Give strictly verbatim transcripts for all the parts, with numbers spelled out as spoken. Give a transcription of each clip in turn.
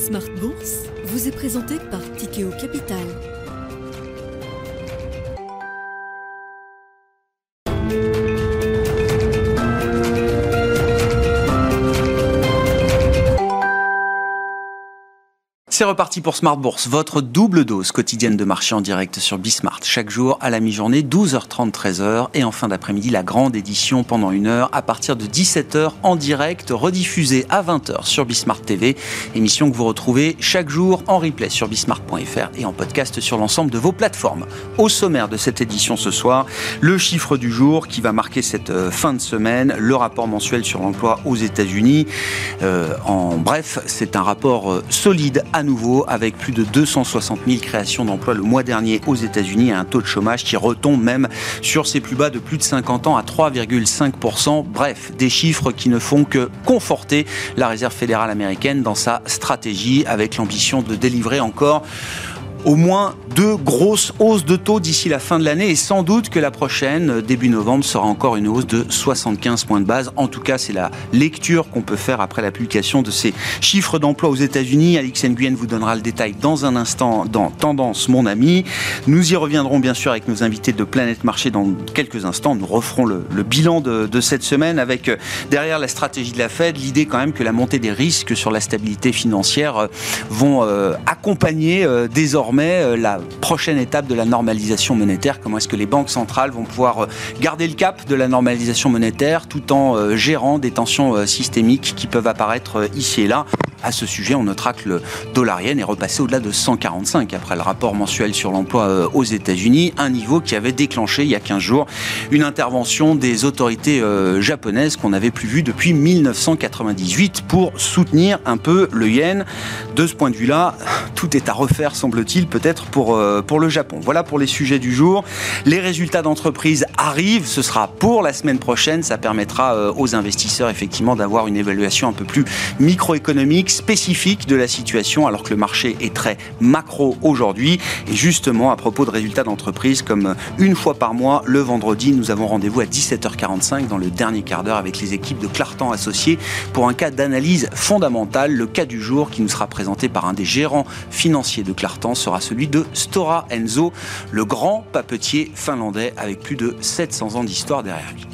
Smart Bourse vous est présenté par Tikeo Capital. C'est reparti pour Smart Bourse, votre double dose quotidienne de marché en direct sur Bismart. Chaque jour à la mi-journée, douze heures trente, treize heures. Et en fin d'après-midi, la grande édition pendant une heure à partir de dix-sept heures en direct, rediffusée à vingt heures sur Bismart T V. Émission que vous retrouvez chaque jour en replay sur bismart point f r et en podcast sur l'ensemble de vos plateformes. Au sommaire de cette édition ce soir, le chiffre du jour qui va marquer cette fin de semaine, le rapport mensuel sur l'emploi aux États-Unis. Euh, en bref, c'est un rapport solide à nouveau, avec plus de deux cent soixante mille créations d'emplois le mois dernier aux États-Unis et un taux de chômage qui retombe même sur ses plus bas de plus de cinquante ans à trois virgule cinq pour cent. Bref, des chiffres qui ne font que conforter la Réserve fédérale américaine dans sa stratégie, avec l'ambition de délivrer encore au moins deux grosses hausses de taux d'ici la fin de l'année, et sans doute que la prochaine, début novembre, sera encore une hausse de soixante-quinze points de base. En tout cas, c'est la lecture qu'on peut faire après la publication de ces chiffres d'emploi aux États-Unis. Alix Nguyen vous donnera le détail dans un instant dans Tendance, mon ami. Nous y reviendrons bien sûr avec nos invités de Planète Marché dans quelques instants. Nous referons le, le bilan de, de cette semaine avec, euh, derrière la stratégie de la Fed, l'idée quand même que la montée des risques sur la stabilité financière euh, vont euh, accompagner euh, désormais la prochaine étape de la normalisation monétaire. Comment est-ce que les banques centrales vont pouvoir garder le cap de la normalisation monétaire tout en gérant des tensions systémiques qui peuvent apparaître ici et là. À ce sujet, on notera que le dollar yen est repassé au-delà de cent quarante-cinq après le rapport mensuel sur l'emploi aux États-Unis, un niveau qui avait déclenché il y a quinze jours une intervention des autorités japonaises qu'on n'avait plus vue depuis mille neuf cent quatre-vingt-dix-huit pour soutenir un peu le yen. De ce point de vue-là, tout est à refaire, semble-t-il, peut-être pour, pour le Japon. Voilà pour les sujets du jour. Les résultats d'entreprise arrivent, ce sera pour la semaine prochaine. Ça permettra aux investisseurs effectivement d'avoir une évaluation un peu plus microéconomique, spécifique de la situation, alors que le marché est très macro aujourd'hui. Et justement, à propos de résultats d'entreprise, comme une fois par mois, le vendredi, nous avons rendez-vous à dix-sept heures quarante-cinq dans le dernier quart d'heure avec les équipes de Clartan Associés pour un cas d'analyse fondamentale. Le cas du jour qui nous sera présenté par un des gérants financiers de Clartan sera celui de Stora Enso, le grand papetier finlandais avec plus de sept cents ans d'histoire derrière lui.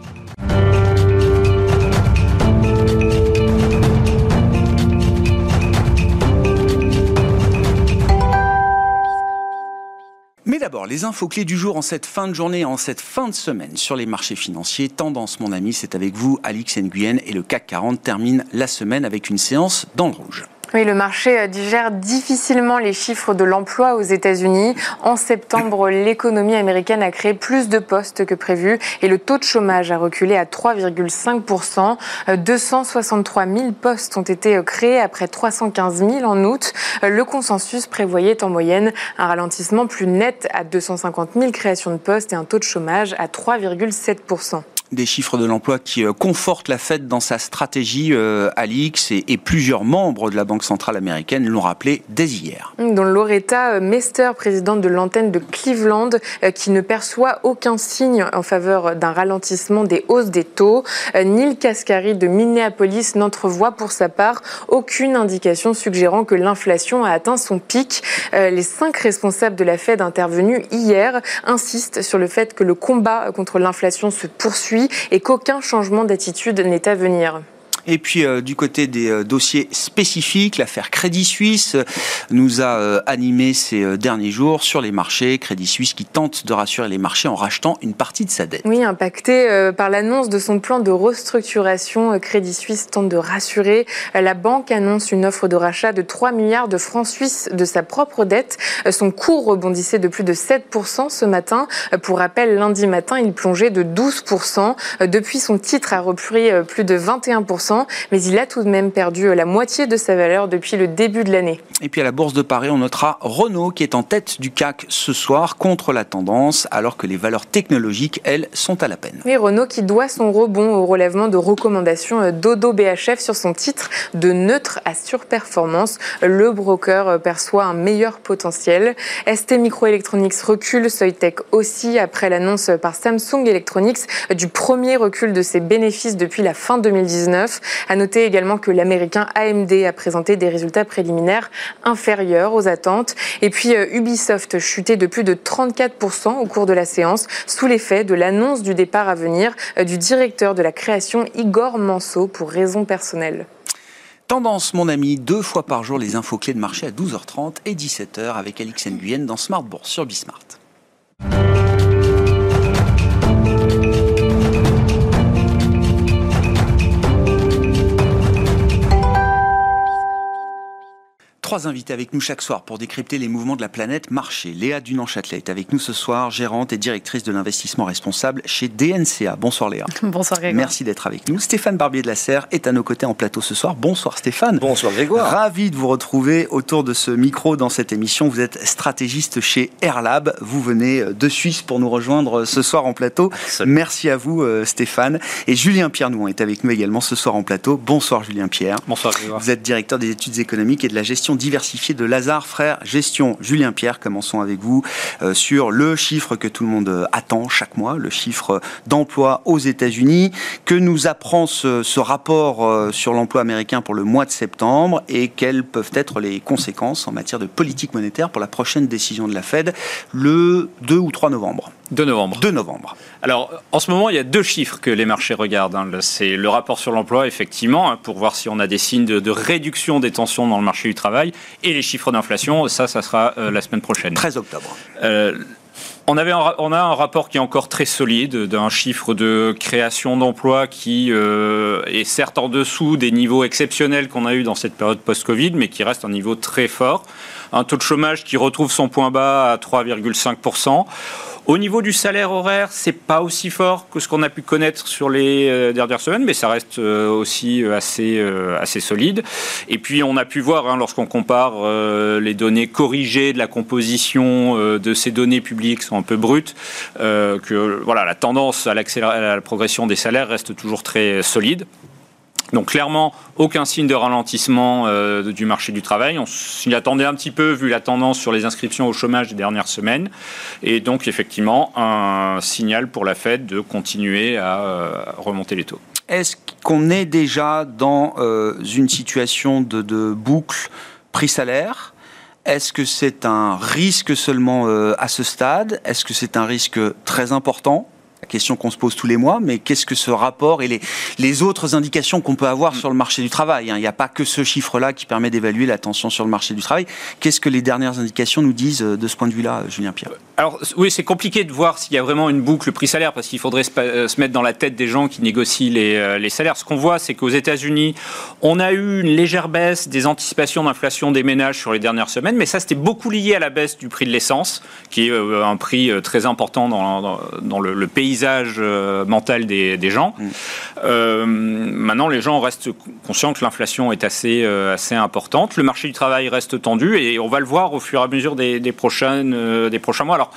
Mais d'abord, les infos clés du jour en cette fin de journée, en cette fin de semaine sur les marchés financiers. Tendance, mon ami, c'est avec vous, Alix Nguyen, et le C A C quarante termine la semaine avec une séance dans le rouge. Oui, le marché digère difficilement les chiffres de l'emploi aux États-Unis. En septembre, l'économie américaine a créé plus de postes que prévu et le taux de chômage a reculé à trois virgule cinq pour cent. deux cent soixante-trois mille postes ont été créés après trois cent quinze mille en août. Le consensus prévoyait en moyenne un ralentissement plus net à deux cent cinquante mille créations de postes et un taux de chômage à trois virgule sept pour cent. Des chiffres de l'emploi qui euh, confortent la Fed dans sa stratégie, euh, Alix, et, et plusieurs membres de la Banque centrale américaine l'ont rappelé dès hier. Dont Loretta Mester, présidente de l'antenne de Cleveland, euh, qui ne perçoit aucun signe en faveur d'un ralentissement des hausses des taux. Euh, Neil Kaskari de Minneapolis n'entrevoit pour sa part aucune indication suggérant que l'inflation a atteint son pic. Euh, les cinq responsables de la Fed intervenus hier insistent sur le fait que le combat contre l'inflation se poursuit et qu'aucun changement d'attitude n'est à venir. Et puis euh, du côté des euh, dossiers spécifiques, l'affaire Crédit Suisse euh, nous a euh, animé ces euh, derniers jours sur les marchés. Crédit Suisse qui tente de rassurer les marchés en rachetant une partie de sa dette. Oui, impacté euh, par l'annonce de son plan de restructuration, euh, Crédit Suisse tente de rassurer. Euh, la banque annonce une offre de rachat de trois milliards de francs suisses de sa propre dette. Euh, son cours rebondissait de plus de sept pour cent ce matin. Euh, pour rappel, lundi matin, il plongeait de douze pour cent. Euh, depuis, son titre a repris euh, plus de vingt et un pour cent. Mais il a tout de même perdu la moitié de sa valeur depuis le début de l'année. Et puis à la Bourse de Paris, on notera Renault qui est en tête du C A C ce soir contre la tendance, alors que les valeurs technologiques, elles, sont à la peine. Oui, Renault qui doit son rebond au relèvement de recommandations d'Odo B H F sur son titre de neutre à surperformance. Le broker perçoit un meilleur potentiel. S T Microelectronics recule, Soitec aussi, après l'annonce par Samsung Electronics du premier recul de ses bénéfices depuis la fin deux mille dix-neuf. À noter également que l'américain A M D a présenté des résultats préliminaires inférieurs aux attentes. Et puis Ubisoft chutait de plus de trente-quatre pour cent au cours de la séance, sous l'effet de l'annonce du départ à venir du directeur de la création Igor Manso pour raisons personnelles. Tendance, mon ami, deux fois par jour, les infos clés de marché à douze heures trente et dix-sept heures avec Alix Nguyen dans Smart Bourse sur Bismart. Trois invités avec nous chaque soir pour décrypter les mouvements de la planète marché. Léa Dunant-Châtelet est avec nous ce soir, gérante et directrice de l'investissement responsable chez D N C A. Bonsoir Léa. Bonsoir Grégoire. Merci d'être avec nous. Stéphane Barbier de la Serre est à nos côtés en plateau ce soir. Bonsoir Stéphane. Bonsoir Grégoire. Ravi de vous retrouver autour de ce micro dans cette émission. Vous êtes stratégiste chez Airlab. Vous venez de Suisse pour nous rejoindre ce soir en plateau. Absolument. Merci à vous Stéphane. Et Julien Pierre-Nouan est avec nous également ce soir en plateau. Bonsoir Julien Pierre. Bonsoir Grégoire. Vous êtes directeur des études économiques et de la gestion diversifiée de Lazare Frères Gestion. Julien Pierre, commençons avec vous euh, sur le chiffre que tout le monde attend chaque mois, le chiffre d'emploi aux États-Unis. Que nous apprend ce, ce rapport euh, sur l'emploi américain pour le mois de septembre et quelles peuvent être les conséquences en matière de politique monétaire pour la prochaine décision de la Fed le deux ou trois novembre? deux novembre. deux novembre. Alors, en ce moment, il y a deux chiffres que les marchés regardent. Hein. C'est le rapport sur l'emploi, effectivement, hein, pour voir si on a des signes de, de réduction des tensions dans le marché du travail, et les chiffres d'inflation. Ça, ça sera euh, la semaine prochaine. treize octobre. Euh, On, avait un, on a un rapport qui est encore très solide, d'un chiffre de création d'emplois qui euh, est certes en dessous des niveaux exceptionnels qu'on a eu dans cette période post-Covid, mais qui reste un niveau très fort. Un taux de chômage qui retrouve son point bas à trois virgule cinq pour cent. Au niveau du salaire horaire, c'est pas aussi fort que ce qu'on a pu connaître sur les euh, dernières semaines, mais ça reste euh, aussi assez, euh, assez solide. Et puis on a pu voir, hein, lorsqu'on compare euh, les données corrigées de la composition euh, de ces données publiques, qui sont un peu brutes, euh, que voilà, la tendance à, à la progression des salaires reste toujours très solide. Donc clairement, aucun signe de ralentissement euh, du marché du travail. On s'y attendait un petit peu vu la tendance sur les inscriptions au chômage des dernières semaines. Et donc effectivement, un signal pour la Fed de continuer à euh, remonter les taux. Est-ce qu'on est déjà dans euh, une situation de, de boucle prix-salaire ? Est-ce que c'est un risque seulement euh, à ce stade ? Est-ce que c'est un risque très important ? La question qu'on se pose tous les mois, mais qu'est-ce que ce rapport et les, les autres indications qu'on peut avoir sur le marché du travail, hein, il n'y a pas que ce chiffre-là qui permet d'évaluer la tension sur le marché du travail. Qu'est-ce que les dernières indications nous disent de ce point de vue-là, Julien Pierre ? Alors oui, c'est compliqué de voir s'il y a vraiment une boucle prix-salaire, parce qu'il faudrait se, euh, se mettre dans la tête des gens qui négocient les, euh, les salaires. Ce qu'on voit, c'est qu'aux États-Unis, on a eu une légère baisse des anticipations d'inflation des ménages sur les dernières semaines, mais ça, c'était beaucoup lié à la baisse du prix de l'essence, qui est euh, un prix euh, très important dans, dans, dans le, le paysage euh, mental des, des gens. Mmh. Euh, maintenant, les gens restent conscients que l'inflation est assez, euh, assez importante. Le marché du travail reste tendu et on va le voir au fur et à mesure des, des, prochaines, euh, des prochains mois. Alors,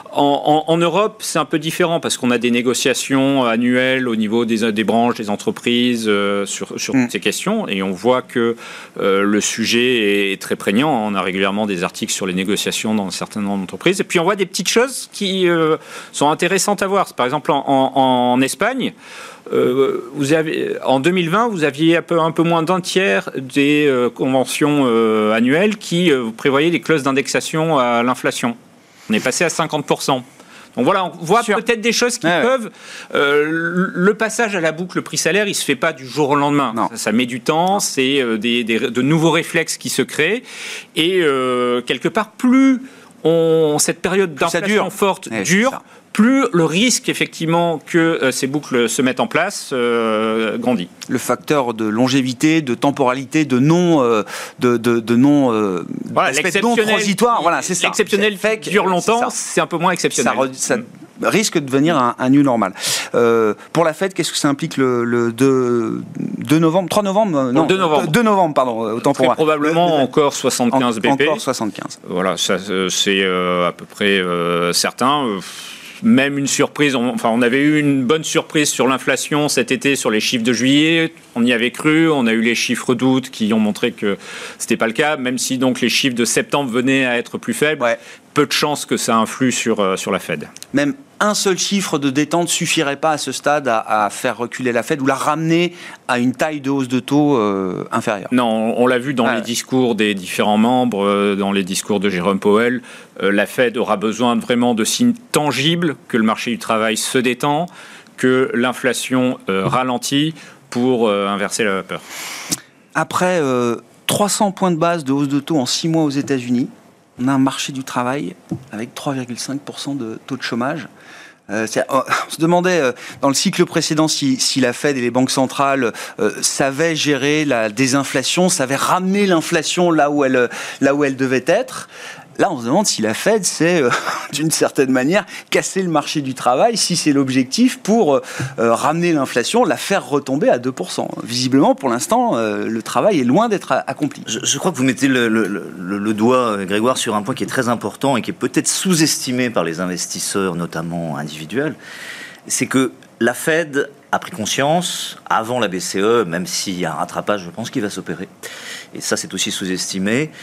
en, en, en Europe, c'est un peu différent parce qu'on a des négociations annuelles au niveau des, des branches, des entreprises euh, sur, sur mmh. toutes ces questions et on voit que euh, le sujet est très prégnant. On a régulièrement des articles sur les négociations dans un certain nombre d'entreprises. Et puis, on voit des petites choses qui euh, sont intéressantes à voir. Par exemple, en, en, en Espagne, Euh, vous avez, en deux mille vingt, vous aviez un peu, un peu moins d'un tiers des euh, conventions euh, annuelles qui euh, prévoyaient des clauses d'indexation à l'inflation. On est passé à cinquante pour cent. Donc voilà, on voit Sûr. peut-être des choses qui ouais, peuvent... Euh, le passage à la boucle prix-salaire, il ne se fait pas du jour au lendemain. Ça, ça met du temps, non. c'est euh, des, des, de nouveaux réflexes qui se créent. Et euh, quelque part, plus on, cette période d'inflation forte ouais, dure, plus le risque, effectivement, que euh, ces boucles se mettent en place euh, grandit. Le facteur de longévité, de temporalité, de non... Euh, de, de, de non euh, voilà, l'exceptionnel, non transitoire, voilà, c'est ça. L'exceptionnel fait que dure longtemps, c'est, c'est un peu moins exceptionnel. Ça, ça risque de devenir un, un new normal. Euh, pour la Fed, qu'est-ce que ça implique le, le deux, deux novembre trois novembre Non, deux novembre. deux novembre, pardon, autant pour moi. Probablement le, encore soixante-quinze en, B P. Encore soixante-quinze. Voilà, ça, c'est euh, à peu près euh, certain. Même une surprise, on, enfin on avait eu une bonne surprise sur l'inflation cet été sur les chiffres de juillet, on y avait cru, on a eu les chiffres d'août qui ont montré que c'était pas le cas, même si donc les chiffres de septembre venaient à être plus faibles, ouais. peu de chances que ça influe sur, euh, sur la Fed. Même un seul chiffre de détente suffirait pas à ce stade à, à faire reculer la Fed ou la ramener à une taille de hausse de taux euh, inférieure. Non, on, on l'a vu dans ah, les discours des différents membres, euh, dans les discours de Jérôme Powell, euh, la Fed aura besoin de, vraiment de signes tangibles que le marché du travail se détend, que l'inflation euh, ralentit pour euh, inverser la vapeur. Après euh, trois cents points de base de hausse de taux en six mois aux États-Unis, on a un marché du travail avec trois virgule cinq pour cent de taux de chômage. Euh, on se demandait euh, dans le cycle précédent si, si la Fed et les banques centrales euh, savaient gérer la désinflation, savaient ramener l'inflation là où elle, là où elle devait être. Là, on se demande si la Fed sait, euh, d'une certaine manière, casser le marché du travail, si c'est l'objectif pour euh, ramener l'inflation, la faire retomber à deux pour cent. Visiblement, pour l'instant, euh, le travail est loin d'être accompli. Je, je crois que vous mettez le, le, le, le doigt, Grégoire, sur un point qui est très important et qui est peut-être sous-estimé par les investisseurs, notamment individuels. C'est que la Fed a pris conscience, avant la B C E, même s'il y a un rattrapage, je pense qu'il va s'opérer, et ça c'est aussi sous-estimé,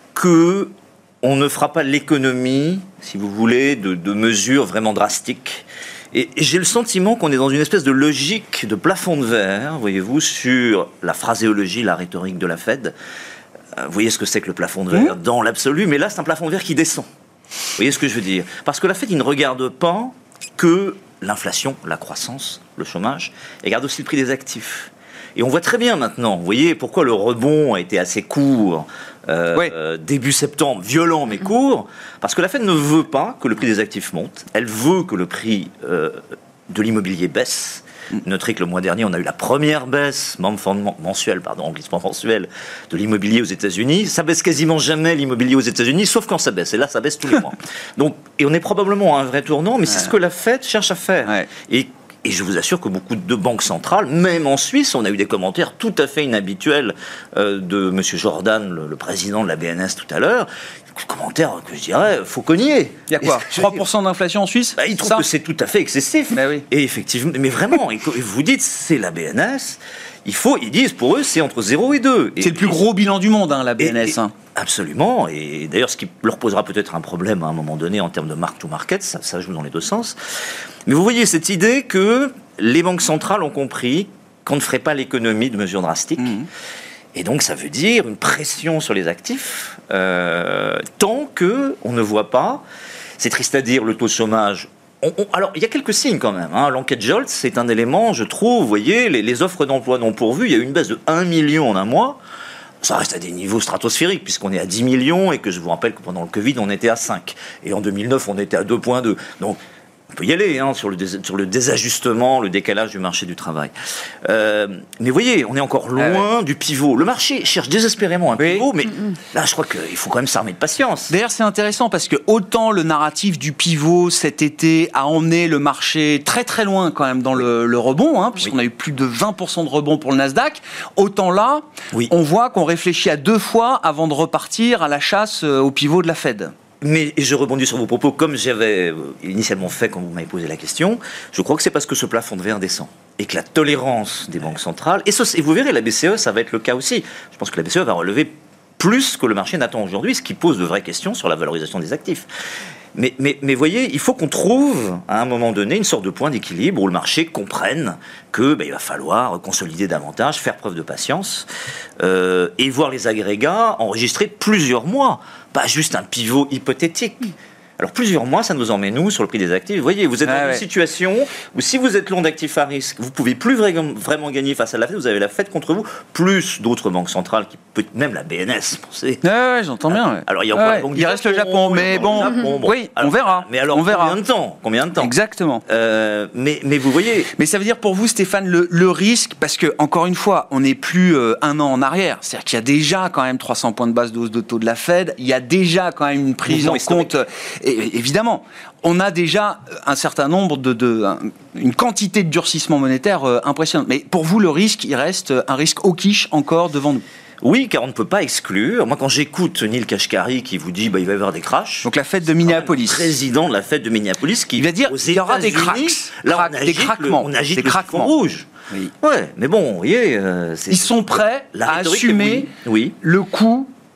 que on ne fera pas l'économie, si vous voulez, de, de mesures vraiment drastiques. Et, et j'ai le sentiment qu'on est dans une espèce de logique de plafond de verre, voyez-vous, sur la phraséologie, la rhétorique de la Fed. Vous voyez ce que c'est que le plafond de verre, mmh. dans l'absolu, mais là, c'est un plafond de verre qui descend. Vous voyez ce que je veux dire ? Parce que la Fed, il ne regarde pas que l'inflation, la croissance, le chômage, il regarde aussi le prix des actifs. Et on voit très bien maintenant, vous voyez, pourquoi le rebond a été assez court, euh, oui. euh, début septembre, violent mais court, parce que la Fed ne veut pas que le prix des actifs monte, elle veut que le prix euh, de l'immobilier baisse. Notez que le mois dernier, on a eu la première baisse mensuelle, pardon, en glissement mensuel de l'immobilier aux États-Unis. Ça baisse quasiment jamais l'immobilier aux États-Unis, sauf quand ça baisse. Et là, ça baisse tous les mois. Donc, et on est probablement à un vrai tournant, mais ouais. c'est ce que la Fed cherche à faire. Ouais. Et Et je vous assure que beaucoup de banques centrales, même en Suisse, on a eu des commentaires tout à fait inhabituels euh, de M. Jordan, le, le président de la B N S tout à l'heure. Commentaires que je dirais fauconniers. Il y a quoi, trois pour cent d'inflation en Suisse ? Bah, il trouve que c'est tout à fait excessif. Bah oui. Et effectivement, mais vraiment, et vous dites, c'est la B N S. Il faut, ils disent, pour eux, c'est entre zéro et deux. C'est et, le plus gros bilan du monde, hein, la B N S. Et, et, hein. Absolument. Et d'ailleurs, ce qui leur posera peut-être un problème à un moment donné en termes de mark-to-market, ça, ça joue dans les deux sens. Mais vous voyez cette idée que les banques centrales ont compris qu'on ne ferait pas l'économie de mesures drastiques. Mmh. Et donc, ça veut dire une pression sur les actifs, euh, tant qu'on ne voit pas, c'est triste à dire, le taux de chômage. On, on, alors, il y a quelques signes quand même. Hein. L'enquête Jolts, c'est un élément, je trouve, vous voyez, les, les offres d'emploi non pourvues, il y a eu une baisse de un million en un mois. Ça reste à des niveaux stratosphériques, puisqu'on est à dix millions, et que je vous rappelle que pendant le Covid, on était à cinq. Et en deux mille neuf, on était à deux virgule deux. Donc, on peut y aller hein, sur, le dés- sur le désajustement, le décalage du marché du travail. Euh, mais vous voyez, on est encore loin ah ouais. du pivot. Le marché cherche désespérément un pivot, oui. mais mm-hmm. là, je crois qu'il faut quand même s'armer de patience. D'ailleurs, c'est intéressant parce que autant le narratif du pivot cet été a emmené le marché très très loin quand même dans le, le rebond, hein, puisqu'on oui. a eu plus de vingt pour cent de rebond pour le Nasdaq, autant là, oui. on voit qu'on réfléchit à deux fois avant de repartir à la chasse au pivot de la Fed. Mais je rebondis sur vos propos, comme j'avais initialement fait quand vous m'avez posé la question. Je crois que c'est parce que ce plafond de verre descend et que la tolérance des banques centrales, et, ce, et vous verrez, la B C E, ça va être le cas aussi. Je pense que la B C E va relever plus que le marché n'attend aujourd'hui, ce qui pose de vraies questions sur la valorisation des actifs. Mais, mais, mais voyez, il faut qu'on trouve à un moment donné une sorte de point d'équilibre où le marché comprenne que ben, il va falloir consolider davantage, faire preuve de patience euh, et voir les agrégats enregistrer plusieurs mois, pas juste un pivot hypothétique. Alors plusieurs mois, ça nous emmène nous sur le prix des actifs. Vous voyez, vous êtes ah dans ouais. une situation où si vous êtes long d'actifs à risque, vous pouvez plus vraiment, vraiment gagner face à la Fed. Vous avez la Fed contre vous, plus d'autres banques centrales, qui peut même la B N S. Pensez. Ah ouais, j'entends bien. Ouais. Alors il y a encore ouais, la banque il reste le Japon, mais bon, Japon, bon. Oui, alors, on verra. Mais alors on verra. Combien de temps Combien de temps Exactement. Euh, mais mais vous voyez. Mais ça veut dire pour vous, Stéphane, le, le risque, parce que encore une fois, on n'est plus euh, un an en arrière. C'est-à-dire qu'il y a déjà quand même trois cents points de base de hausse de taux de la Fed. Il y a déjà quand même une prise en compte, et, évidemment. On a déjà un certain nombre de, de une quantité de durcissement monétaire euh, impressionnante. Mais pour vous, le risque, il reste un risque hawkish encore devant nous. Oui, car on ne peut pas exclure. Moi, quand j'écoute Neil Kashkari qui vous dit bah, il va y avoir des crashs. Donc la Fed de Minneapolis. Le président de la Fed de Minneapolis qui il va dire il y aura des cracks. Là, on des craquements. Le, on agite des le craquements rouge. Oui. Ouais, mais bon, vous voyez. Euh, c'est, Ils sont prêts à assumer oui. Oui. le coût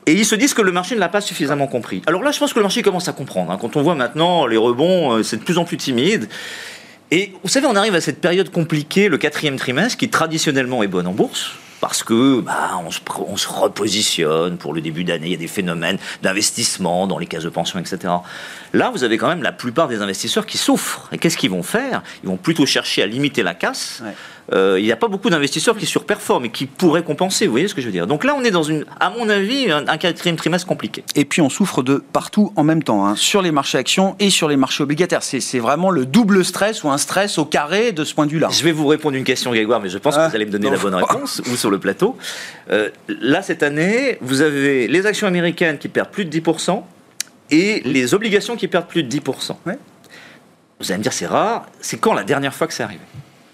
Et ils se disent que le marché ne l'a pas suffisamment compris. Alors là, je pense que le marché commence à comprendre. Hein. Quand on voit maintenant les rebonds, c'est de plus en plus timide. Et vous savez, on arrive à cette période compliquée, le quatrième trimestre, qui traditionnellement est bonne en bourse. Parce que bah, on, se, on se repositionne pour le début d'année, il y a des phénomènes d'investissement dans les caisses de pension, et cetera. Là, vous avez quand même la plupart des investisseurs qui souffrent. Et qu'est-ce qu'ils vont faire ? Ils vont plutôt chercher à limiter la casse. Ouais. Euh, il n'y a pas beaucoup d'investisseurs qui surperforment et qui pourraient compenser, vous voyez ce que je veux dire. Donc là, on est dans, une, à mon avis, un, un quatrième trimestre compliqué. Et puis on souffre de partout en même temps, hein, sur les marchés actions et sur les marchés obligataires. C'est, c'est vraiment le double stress ou un stress au carré de ce point de vue-là. Je vais vous répondre une question, Grégoire, mais je pense ah, que vous allez me donner non. la bonne réponse, ou sur le plateau. Euh, là, cette année, vous avez les actions américaines qui perdent plus de dix pour cent et les obligations qui perdent plus de dix pour cent. Ouais. Vous allez me dire, c'est rare. C'est quand la dernière fois que c'est arrivé ?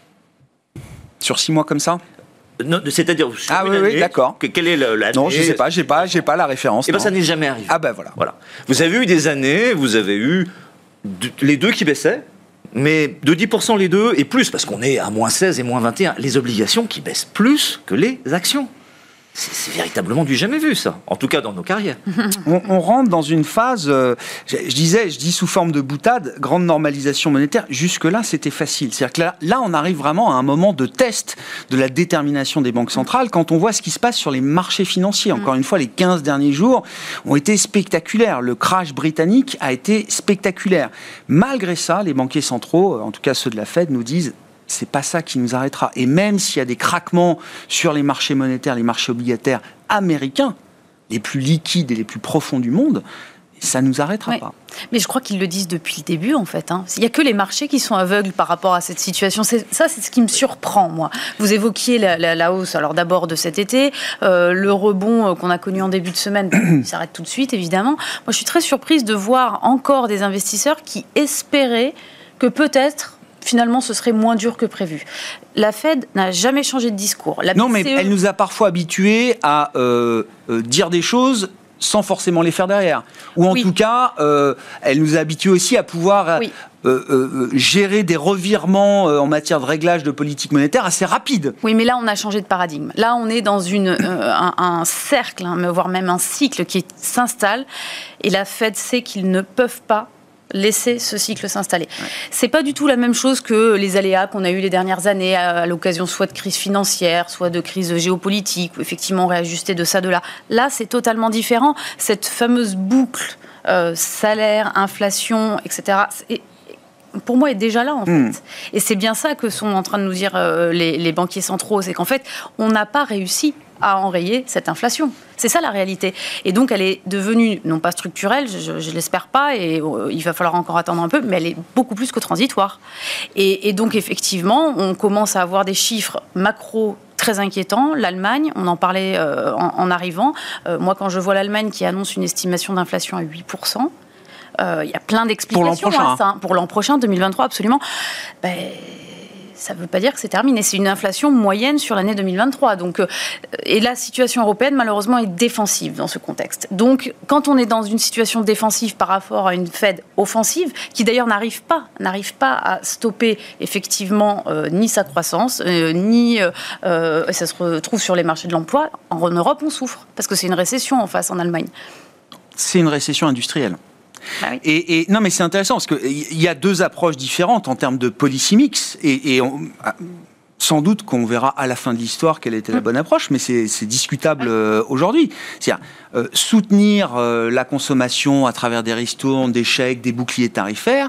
Sur six mois comme ça ? Non, c'est-à-dire sur ah une oui, année, oui, d'accord. Que, quelle est l'année ? Non, je ne sais pas, j'ai pas, j'ai pas la référence. Et bien, ça n'est jamais arrivé. Ah ben voilà. voilà. Vous avez eu des années, vous avez eu de, les deux qui baissaient, mais de dix pour cent les deux et plus, parce qu'on est à moins seize et moins vingt et un, les obligations qui baissent plus que les actions. C'est, c'est véritablement du jamais vu, ça. En tout cas, dans nos carrières. on, on rentre dans une phase, euh, je, je disais, je dis sous forme de boutade, grande normalisation monétaire. Jusque-là, c'était facile. C'est-à-dire que là, là, on arrive vraiment à un moment de test de la détermination des banques centrales quand on voit ce qui se passe sur les marchés financiers. Encore une fois, les quinze derniers jours ont été spectaculaires. Le crash britannique a été spectaculaire. Malgré ça, les banquiers centraux, en tout cas ceux de la Fed, nous disent c'est pas ça qui nous arrêtera. Et même s'il y a des craquements sur les marchés monétaires, les marchés obligataires américains, les plus liquides et les plus profonds du monde, ça ne nous arrêtera ouais. pas. Mais je crois qu'ils le disent depuis le début, en fait. Hein. Il n'y a que les marchés qui sont aveugles par rapport à cette situation. C'est, ça, c'est ce qui me surprend, moi. Vous évoquiez la, la, la hausse, alors d'abord de cet été, euh, le rebond euh, qu'on a connu en début de semaine, il s'arrête tout de suite, évidemment. Moi, je suis très surprise de voir encore des investisseurs qui espéraient que peut-être finalement, ce serait moins dur que prévu. La Fed n'a jamais changé de discours. La non, B C E... mais elle nous a parfois habitués à euh, euh, dire des choses sans forcément les faire derrière. Ou en oui. tout cas, euh, elle nous a habitués aussi à pouvoir oui. euh, euh, gérer des revirements euh, en matière de réglage de politique monétaire assez rapides. Oui, mais là, on a changé de paradigme. Là, on est dans une, euh, un, un cercle, hein, voire même un cycle qui s'installe. Et la Fed sait qu'ils ne peuvent pas laisser ce cycle s'installer. Ouais. C'est pas du tout la même chose que les aléas qu'on a eu les dernières années à, à l'occasion soit de crise financière, soit de crise géopolitique, où effectivement on réajustait de ça, de là. Là, c'est totalement différent. Cette fameuse boucle euh, salaire, inflation, et cetera, c'est, pour moi, est déjà là, en mmh. fait. Et c'est bien ça que sont en train de nous dire euh, les, les banquiers centraux, c'est qu'en fait, on n'a pas réussi à enrayer cette inflation. C'est ça la réalité. Et donc, elle est devenue, non pas structurelle, je ne l'espère pas, et euh, il va falloir encore attendre un peu, mais elle est beaucoup plus que transitoire. Et, et donc, effectivement, on commence à avoir des chiffres macro très inquiétants. L'Allemagne, on en parlait euh, en, en arrivant. Euh, moi, quand je vois l'Allemagne qui annonce une estimation d'inflation à huit pour cent, il euh, y a plein d'explications pour l'an prochain, à ça. Hein. Pour l'an prochain, deux mille vingt-trois, absolument. Ben, ça ne veut pas dire que c'est terminé. C'est une inflation moyenne sur l'année deux mille vingt-trois. Donc, euh, et la situation européenne, malheureusement, est défensive dans ce contexte. Donc, quand on est dans une situation défensive par rapport à une Fed offensive, qui d'ailleurs n'arrive pas, n'arrive pas à stopper effectivement euh, ni sa croissance, euh, ni euh, ça se retrouve sur les marchés de l'emploi, en Europe, on souffre. Parce que c'est une récession en face en Allemagne. C'est une récession industrielle. Ah oui. Et, et non, mais c'est intéressant parce qu'il y a deux approches différentes en termes de policy mix, et, et on, sans doute qu'on verra à la fin de l'histoire quelle était la bonne approche, mais c'est, c'est discutable euh, aujourd'hui. C'est-à-dire euh, soutenir euh, la consommation à travers des ristournes, des chèques, des boucliers tarifaires.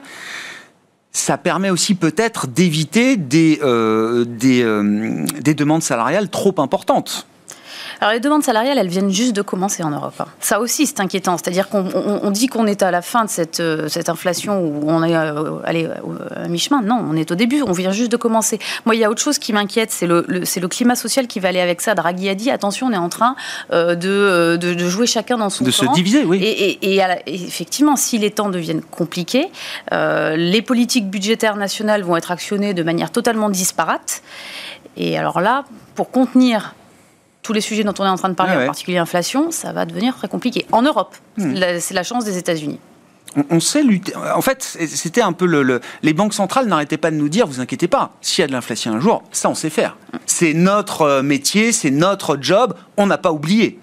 Ça permet aussi peut-être d'éviter des, euh, des, euh, des demandes salariales trop importantes. Alors les demandes salariales, elles viennent juste de commencer en Europe. Ça aussi, c'est inquiétant. C'est-à-dire qu'on on, on dit qu'on est à la fin de cette, euh, cette inflation où on est euh, allé à mi-chemin. Non, on est au début, on vient juste de commencer. Moi, il y a autre chose qui m'inquiète, c'est le, le, c'est le climat social qui va aller avec ça. Draghi a dit, attention, on est en train euh, de, de, de jouer chacun dans son de camp. De se diviser, oui. Et, et, et, la, et effectivement, si les temps deviennent compliqués, euh, les politiques budgétaires nationales vont être actionnées de manière totalement disparate. Et alors là, pour contenir tous les sujets dont on est en train de parler, ah ouais. en particulier l'inflation, ça va devenir très compliqué. En Europe, mmh. la, c'est la chance des États-Unis. On, on sait lutter. En fait, c'était un peu le, le... Les banques centrales n'arrêtaient pas de nous dire, vous inquiétez pas, s'il y a de l'inflation un jour, ça on sait faire. Mmh. C'est notre métier, c'est notre job, on n'a pas oublié.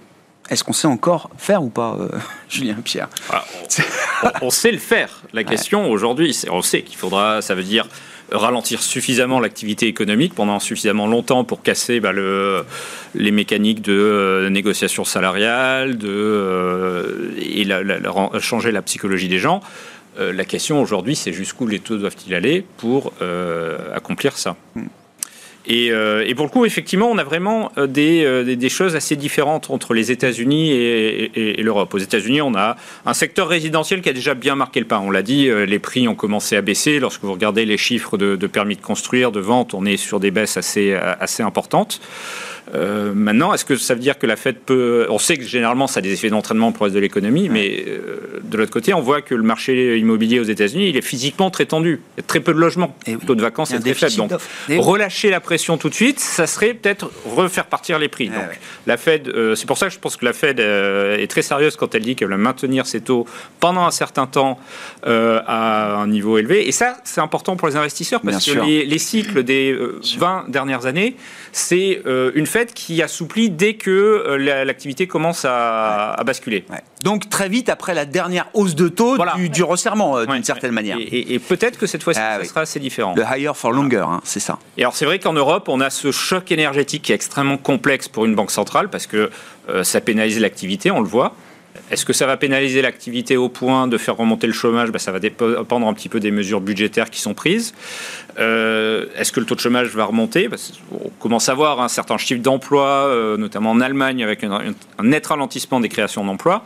est-ce qu'on sait encore faire ou pas, euh, Julien Pierre? Alors, on, on sait le faire. La question ouais. aujourd'hui, c'est, on sait qu'il faudra, ça veut dire ralentir suffisamment l'activité économique pendant suffisamment longtemps pour casser bah, le, les mécaniques de euh, négociation salariale, de, euh, et la, la, la, changer la psychologie des gens. Euh, la question aujourd'hui, c'est jusqu'où les taux doivent-ils aller pour euh, accomplir ça. Mm. Et, euh, et pour le coup, effectivement, on a vraiment des, euh, des, des choses assez différentes entre les États-Unis et, et, et l'Europe. Aux États-Unis, on a un secteur résidentiel qui a déjà bien marqué le pas. On l'a dit, euh, les prix ont commencé à baisser. Lorsque vous regardez les chiffres de, de permis de construire, de vente, on est sur des baisses assez, assez importantes. Euh, maintenant, est-ce que ça veut dire que la Fed peut... On sait que généralement, ça a des effets d'entraînement pour le reste de l'économie, ouais. mais euh, de l'autre côté, on voit que le marché immobilier aux États-Unis, il est physiquement très tendu. Il y a très peu de logements. Et le taux de vacances est très faible. Donc, relâcher la pression tout de suite, ça serait peut-être refaire partir les prix. Ouais, Donc, ouais. la Fed, euh, c'est pour ça que je pense que la Fed euh, est très sérieuse quand elle dit qu'elle va maintenir ses taux pendant un certain temps euh, à un niveau élevé. Et ça, c'est important pour les investisseurs parce Bien que les, les cycles des euh, vingt dernières années, c'est euh, une Fed qui assouplit dès que euh, l'activité commence à, ouais. à basculer. Ouais. Donc très vite après la dernière hausse de taux voilà. du, du resserrement euh, d'une ouais. certaine manière. Et, et, et peut-être que cette fois-ci, ah, ça oui. sera assez différent. Le higher for longer, hein, c'est ça. Et alors c'est vrai qu'en Europe, on a ce choc énergétique qui est extrêmement complexe pour une banque centrale parce que euh, ça pénalise l'activité, on le voit. Est-ce que ça va pénaliser l'activité au point de faire remonter le chômage ? Ben, ça va dépendre un petit peu des mesures budgétaires qui sont prises. Euh, est-ce que le taux de chômage va remonter ? Parce qu'on commence à voir un certain chiffre d'emploi, euh, notamment en Allemagne, avec un, un net ralentissement des créations d'emplois.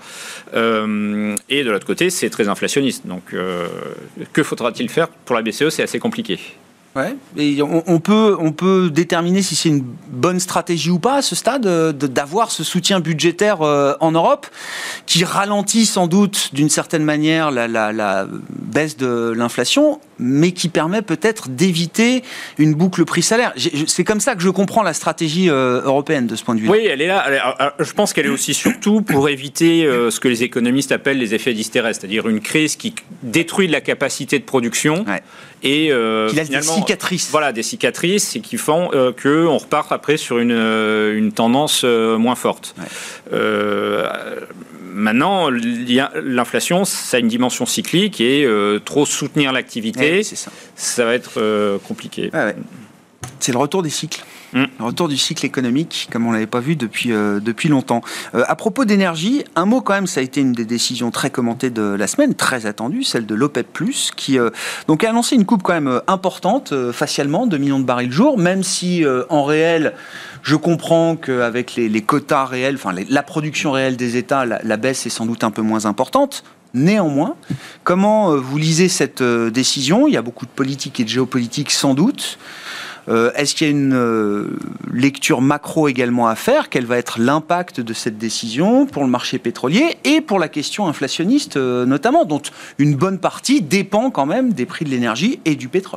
Euh, et de l'autre côté, c'est très inflationniste. Donc, euh, que faudra-t-il faire pour la B C E ? C'est assez compliqué. Ouais. Et on, on, peut, on peut déterminer si c'est une bonne stratégie ou pas à ce stade de, d'avoir ce soutien budgétaire euh, en Europe qui ralentit sans doute d'une certaine manière la, la, la baisse de l'inflation, mais qui permet peut-être d'éviter une boucle prix-salaire. C'est comme ça que je comprends la stratégie euh, européenne de ce point de vue. Oui, elle est là. Elle est, je pense qu'elle est aussi surtout pour éviter euh, ce que les économistes appellent les effets d'hystérèse, c'est-à-dire une crise qui détruit la capacité de production. Ouais. Et euh, qui laisse des cicatrices. Voilà, des cicatrices et qui font euh, qu'on repart après sur une, euh, une tendance euh, moins forte. Ouais. Euh, maintenant, l'inflation, ça a une dimension cyclique et euh, trop soutenir l'activité, ouais, c'est ça. ça va être euh, compliqué. Ouais, ouais. C'est le retour des cycles. Le retour du cycle économique, comme on ne l'avait pas vu depuis, euh, depuis longtemps. Euh, à propos d'énergie, un mot quand même, ça a été une des décisions très commentées de la semaine, très attendue, celle de l'OPEP plus, qui euh, donc a annoncé une coupe quand même importante, euh, facialement, deux millions de barils jour, même si euh, en réel, je comprends qu'avec les, les quotas réels, enfin les, la production réelle des États, la, la baisse est sans doute un peu moins importante. Néanmoins, comment euh, vous lisez cette euh, décision ? Il y a beaucoup de politique et de géopolitique sans doute. Euh, est-ce qu'il y a une euh, lecture macro également à faire ? Quel va être l'impact de cette décision pour le marché pétrolier et pour la question inflationniste euh, notamment, dont une bonne partie dépend quand même des prix de l'énergie et du pétrole ?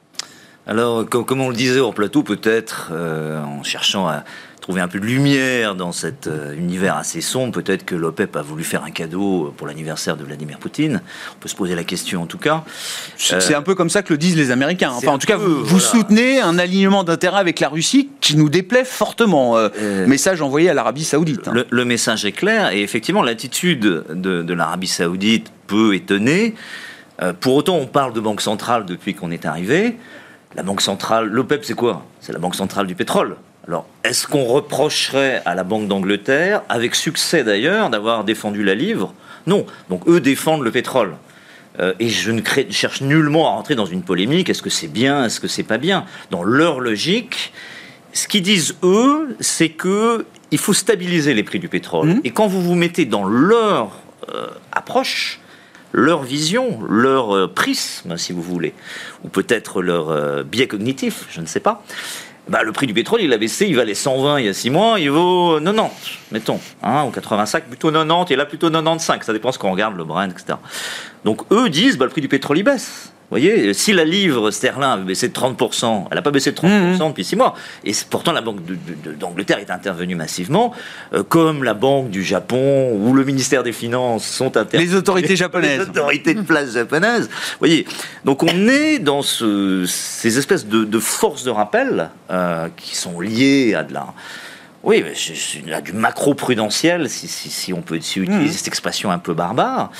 Alors, comme, comme on le disait au plateau, peut-être euh, en cherchant à trouver un peu de lumière dans cet euh, univers assez sombre, peut-être que l'OPEP a voulu faire un cadeau pour l'anniversaire de Vladimir Poutine. On peut se poser la question en tout cas. C'est euh, un peu comme ça que le disent les Américains. Enfin, en tout cas, peu, vous, vous voilà. soutenez un alignement d'intérêts avec la Russie qui nous déplaît fortement. Euh, euh, message envoyé à l'Arabie Saoudite. Hein. Le, le message est clair et effectivement, l'attitude de, de l'Arabie Saoudite peut étonner. Euh, pour autant, on parle de banque centrale depuis qu'on est arrivé. La banque centrale, l'OPEP, c'est quoi ? C'est la banque centrale du pétrole. Alors, est-ce qu'on reprocherait à la Banque d'Angleterre, avec succès d'ailleurs, d'avoir défendu la livre ? Non. Donc, eux défendent le pétrole. Euh, et je ne crée, cherche nullement à rentrer dans une polémique. Est-ce que c'est bien ? Est-ce que c'est pas bien ? Dans leur logique, ce qu'ils disent, eux, c'est qu'il faut stabiliser les prix du pétrole. Mmh. Et quand vous vous mettez dans leur euh, approche, leur vision, leur euh, prisme, si vous voulez, ou peut-être leur euh, biais cognitif, je ne sais pas, bah, le prix du pétrole, il a baissé, il valait cent vingt il y a six mois, il vaut quatre-vingt-dix, mettons, hein, ou quatre-vingt-cinq, plutôt quatre-vingt-dix, et là plutôt quatre-vingt-quinze, ça dépend ce qu'on regarde, le Brent, et cetera. Donc eux disent, bah, le prix du pétrole, il baisse. Vous voyez, si la livre sterling avait baissé de trente pour cent, elle n'a pas baissé de trente pour cent mmh. depuis six mois, et pourtant la Banque de, de, d'Angleterre est intervenue massivement, euh, comme la Banque du Japon ou le ministère des Finances sont intervenus. Les autorités japonaises. Les autorités de place japonaises. Vous voyez, donc on est dans ce, ces espèces de, de forces de rappel euh, qui sont liées à de la... Oui, mais c'est, c'est du macro-prudentiel, si, si, si on peut si utiliser mmh. cette expression un peu barbare.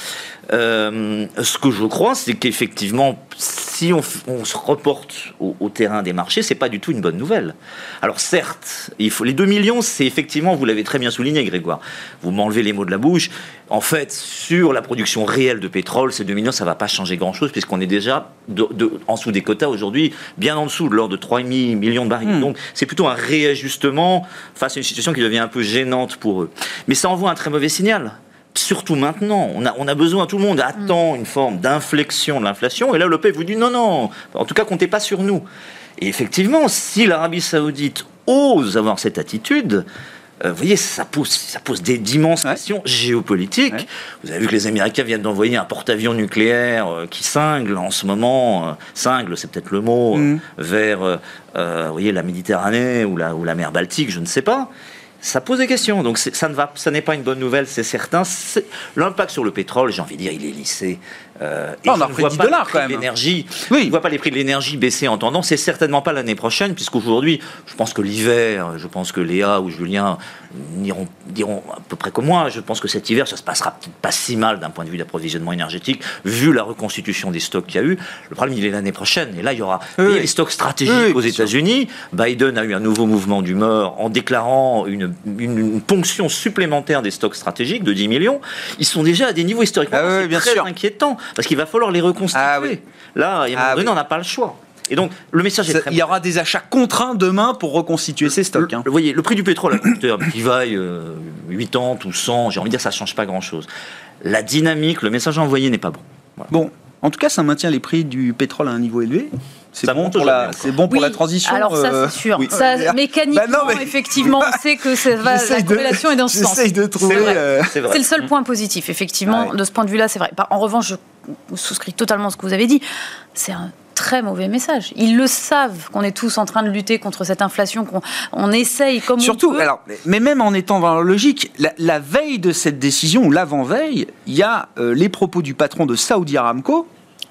Euh, ce que je crois, c'est qu'effectivement, si on, on se reporte au, au terrain des marchés, c'est pas du tout une bonne nouvelle. Alors certes, il faut, les deux millions, c'est effectivement, vous l'avez très bien souligné, Grégoire, vous m'enlevez les mots de la bouche. En fait, sur la production réelle de pétrole, ces deux millions, ça va pas changer grand-chose, puisqu'on est déjà de, de, en dessous des quotas aujourd'hui, bien en dessous, de l'ordre de trois virgule cinq millions de barils. Mmh. Donc c'est plutôt un réajustement face à une situation qui devient un peu gênante pour eux. Mais ça envoie un très mauvais signal. Surtout maintenant, on a, on a besoin, tout le monde attend une forme d'inflexion de l'inflation, et là l'O P E P vous dit non, non, en tout cas comptez pas sur nous. Et effectivement, si l'Arabie Saoudite ose avoir cette attitude, euh, vous voyez, ça pose, ça pose des d'immenses ouais. questions géopolitiques. Ouais. Vous avez vu que les Américains viennent d'envoyer un porte-avions nucléaire euh, qui cingle en ce moment, euh, cingle c'est peut-être le mot, mm. euh, vers euh, vous voyez, la Méditerranée ou la, ou la mer Baltique, je ne sais pas. Ça pose des questions, donc c'est, ça, ne va, ça n'est pas une bonne nouvelle, c'est certain. C'est, l'impact sur le pétrole, j'ai envie de dire, il est lissé. Euh, et oh, on a refait dix dollars quand même. L'énergie, oui. Je ne vois pas les prix de l'énergie baisser en tendance, c'est certainement pas l'année prochaine, puisqu'aujourd'hui, je pense que l'hiver, je pense que Léa ou Julien diront, diront à peu près comme moi, je pense que cet hiver, ça se passera peut-être pas si mal d'un point de vue d'approvisionnement énergétique, vu la reconstitution des stocks qu'il y a eu. Le problème, il est l'année prochaine, et là, il y aura oui. il y a les stocks stratégiques oui, aux États-Unis. Biden a eu un nouveau mouvement d'humeur en déclarant une, une, une ponction supplémentaire des stocks stratégiques de dix millions. Ils sont déjà à des niveaux historiquement ah oui, bien très sûr. inquiétants. Parce qu'il va falloir les reconstituer. Ah oui. Là, il y a un moment donné, on n'a pas le choix. Et donc, le message est ça, très il y aura des achats contraints demain pour reconstituer le, ces stocks. Hein. Vous voyez, le prix du pétrole à compteur, qu'il vaille euh, quatre-vingts ou cent, j'ai envie de dire, ça ne change pas grand-chose. La dynamique, le message envoyé n'est pas bon. Voilà. Bon, en tout cas, ça maintient les prix du pétrole à un niveau élevé. C'est ça bon pour la, c'est bon pour oui, la transition. Alors ça, c'est sûr. Euh, oui. Ça, mécaniquement, bah non, mais... effectivement, on sait que ça va, la corrélation de, est dans ce sens. De trouver, c'est, vrai. Euh... c'est, vrai. c'est le seul point positif, effectivement. Ouais. De ce point de vue-là, c'est vrai. En revanche, je souscris totalement à ce que vous avez dit. C'est un très mauvais message. Ils le savent qu'on est tous en train de lutter contre cette inflation, qu'on on essaye comme Surtout, on peut. alors, mais même en étant dans la logique, la, la veille de cette décision, ou l'avant-veille, il y a euh, les propos du patron de Saudi Aramco,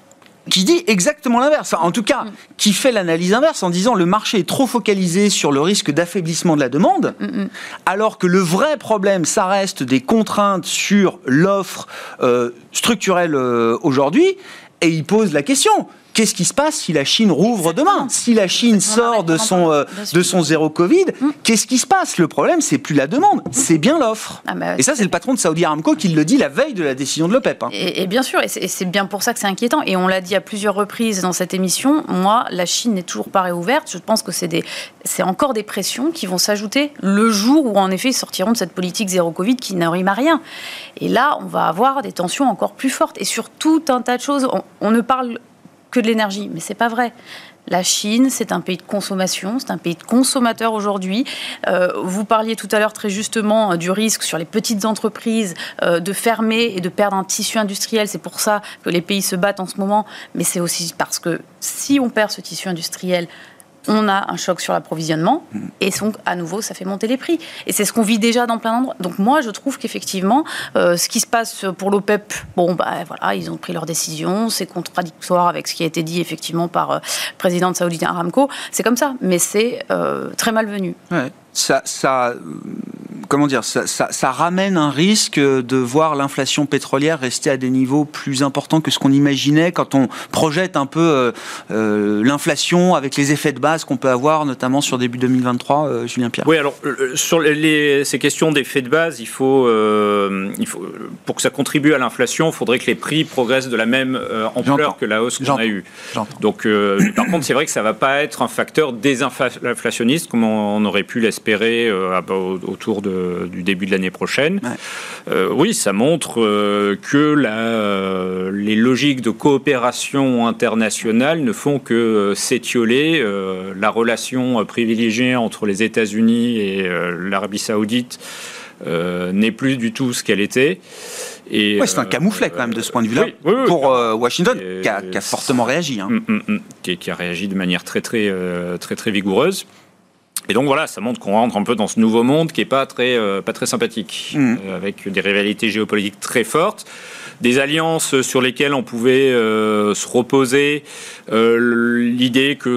qui dit exactement l'inverse, en tout cas, qui fait l'analyse inverse en disant le marché est trop focalisé sur le risque d'affaiblissement de la demande, mm-hmm. alors que le vrai problème, ça reste des contraintes sur l'offre euh, structurelle euh, aujourd'hui, et il pose la question. Qu'est-ce qui se passe si la Chine rouvre demain ? Si la Chine sort de son, euh, de son zéro Covid, mmh. qu'est-ce qui se passe ? Le problème, c'est plus la demande, c'est bien l'offre. Ah bah, et ça, c'est le patron de Saudi Aramco qui le dit la veille de la décision de l'O P E P. Hein. Et, et bien sûr, et c'est, et c'est bien pour ça que c'est inquiétant. Et on l'a dit à plusieurs reprises dans cette émission, moi, la Chine n'est toujours pas réouverte. Je pense que c'est, des, c'est encore des pressions qui vont s'ajouter le jour où, en effet, ils sortiront de cette politique zéro Covid qui ne rime à rien. Et là, on va avoir des tensions encore plus fortes. Et sur tout un tas de choses, on, on ne parle que de l'énergie, mais c'est pas vrai. La Chine, c'est un pays de consommation, c'est un pays de consommateurs aujourd'hui. Euh, vous parliez tout à l'heure très justement du risque sur les petites entreprises euh, de fermer et de perdre un tissu industriel. C'est pour ça que les pays se battent en ce moment, mais c'est aussi parce que si on perd ce tissu industriel, on a un choc sur l'approvisionnement et donc à nouveau ça fait monter les prix et c'est ce qu'on vit déjà dans plein d'endroits. Donc moi je trouve qu'effectivement euh, ce qui se passe pour l'O P E P, bon bah voilà, ils ont pris leur décision, c'est contradictoire avec ce qui a été dit effectivement par euh, le président de Saudi Aramco, c'est comme ça, mais c'est euh, très malvenu. Ouais. Ça, ça, comment dire, ça, ça, ça ramène un risque de voir l'inflation pétrolière rester à des niveaux plus importants que ce qu'on imaginait quand on projette un peu euh, euh, l'inflation avec les effets de base qu'on peut avoir, notamment sur début deux mille vingt-trois, euh, Julien Pierre. Oui, alors euh, sur les, les, ces questions d'effets de base, il faut, euh, il faut, pour que ça contribue à l'inflation, il faudrait que les prix progressent de la même euh, ampleur J'entends. que la hausse qu'on J'entends. a eue. J'entends. Donc, euh, par contre, c'est vrai que ça ne va pas être un facteur désinflationniste comme on, on aurait pu l'espérer. Euh, autour de, du début de l'année prochaine. Ouais. Euh, oui, ça montre euh, que la, euh, les logiques de coopération internationale ne font que euh, s'étioler. Euh, la relation privilégiée entre les États-Unis et euh, l'Arabie Saoudite euh, n'est plus du tout ce qu'elle était. Et ouais, c'est un camouflet quand même de ce point de vue-là oui, oui, oui, pour euh, Washington et, qui, a, qui a fortement réagi. Hein. Mm, mm, mm, qui, qui a réagi de manière très très euh, très très vigoureuse. Et donc voilà, ça montre qu'on rentre un peu dans ce nouveau monde qui n'est pas très, euh, pas très sympathique, mmh. euh, avec des rivalités géopolitiques très fortes, des alliances sur lesquelles on pouvait euh, se reposer, euh, l'idée que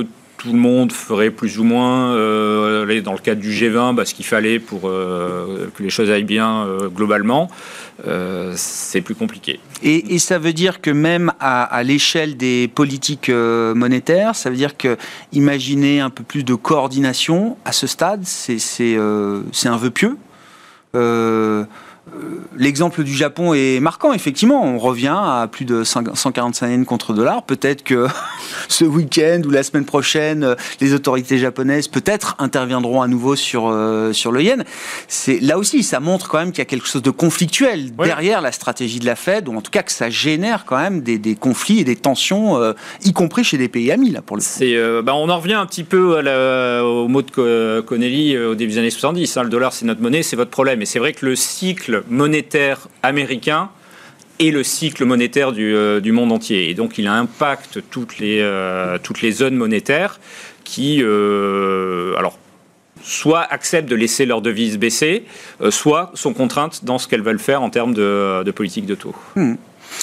tout le monde ferait plus ou moins, euh, aller dans le cadre du G vingt, bah, ce qu'il fallait pour euh, que les choses aillent bien euh, globalement, euh, c'est plus compliqué. Et, et ça veut dire que même à, à l'échelle des politiques euh, monétaires, ça veut dire que imaginer un peu plus de coordination à ce stade, c'est, c'est, euh, c'est un vœu pieux. Euh, L'exemple du Japon est marquant, effectivement. On revient à plus de cent quarante-cinq yens contre dollar. Peut-être que ce week-end ou la semaine prochaine, les autorités japonaises peut-être interviendront à nouveau sur, euh, sur le yen. C'est, là aussi, ça montre quand même qu'il y a quelque chose de conflictuel oui. derrière la stratégie de la Fed, ou en tout cas que ça génère quand même des, des conflits et des tensions, euh, y compris chez des pays amis, là, pour le coup. C'est, euh, bah, on en revient un petit peu à la, au mot de Connelly euh, au début des années soixante-dix. Hein, le dollar, c'est notre monnaie, c'est votre problème. Et c'est vrai que le cycle monétaire américain et le cycle monétaire du, euh, du monde entier. Et donc, il impacte toutes les, euh, toutes les zones monétaires qui, euh, alors, soit acceptent de laisser leur devise baisser, euh, soit sont contraintes dans ce qu'elles veulent faire en termes de, de politique de taux. Hmm.